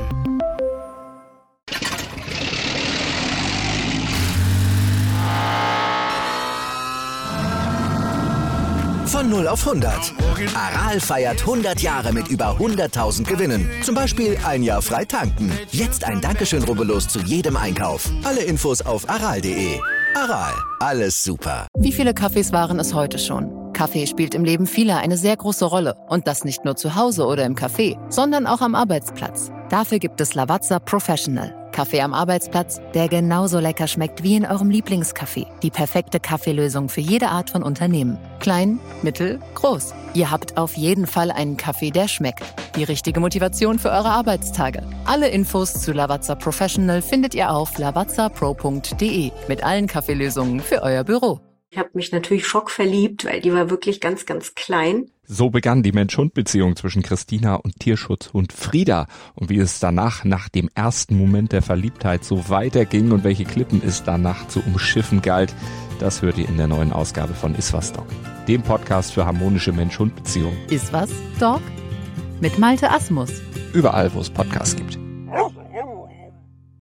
Von null auf hundert. Aral feiert hundert Jahre mit über hunderttausend Gewinnen. Zum Beispiel ein Jahr frei tanken. Jetzt ein Dankeschön, rubbellos zu jedem Einkauf. Alle Infos auf aral punkt de. Aral, alles super. Wie viele Kaffees waren es heute schon? Kaffee spielt im Leben vieler eine sehr große Rolle. Und das nicht nur zu Hause oder im Café, sondern auch am Arbeitsplatz. Dafür gibt es Lavazza Professional. Kaffee am Arbeitsplatz, der genauso lecker schmeckt wie in eurem Lieblingscafé. Die perfekte Kaffeelösung für jede Art von Unternehmen. Klein, mittel, groß. Ihr habt auf jeden Fall einen Kaffee, der schmeckt. Die richtige Motivation für eure Arbeitstage. Alle Infos zu Lavazza Professional findet ihr auf lavazza pro punkt de mit allen Kaffeelösungen für euer Büro. Ich habe mich natürlich schockverliebt, weil die war wirklich ganz, ganz klein. So begann die Mensch-Hund-Beziehung zwischen Christina und Tierschutzhund Frieda. Und wie es danach, nach dem ersten Moment der Verliebtheit, so weiterging und welche Klippen es danach zu umschiffen galt, das hört ihr in der neuen Ausgabe von Iswas Dog, dem Podcast für harmonische Mensch-Hund-Beziehungen. Iswas Dog? Mit Malte Asmus. Überall, wo es Podcasts gibt.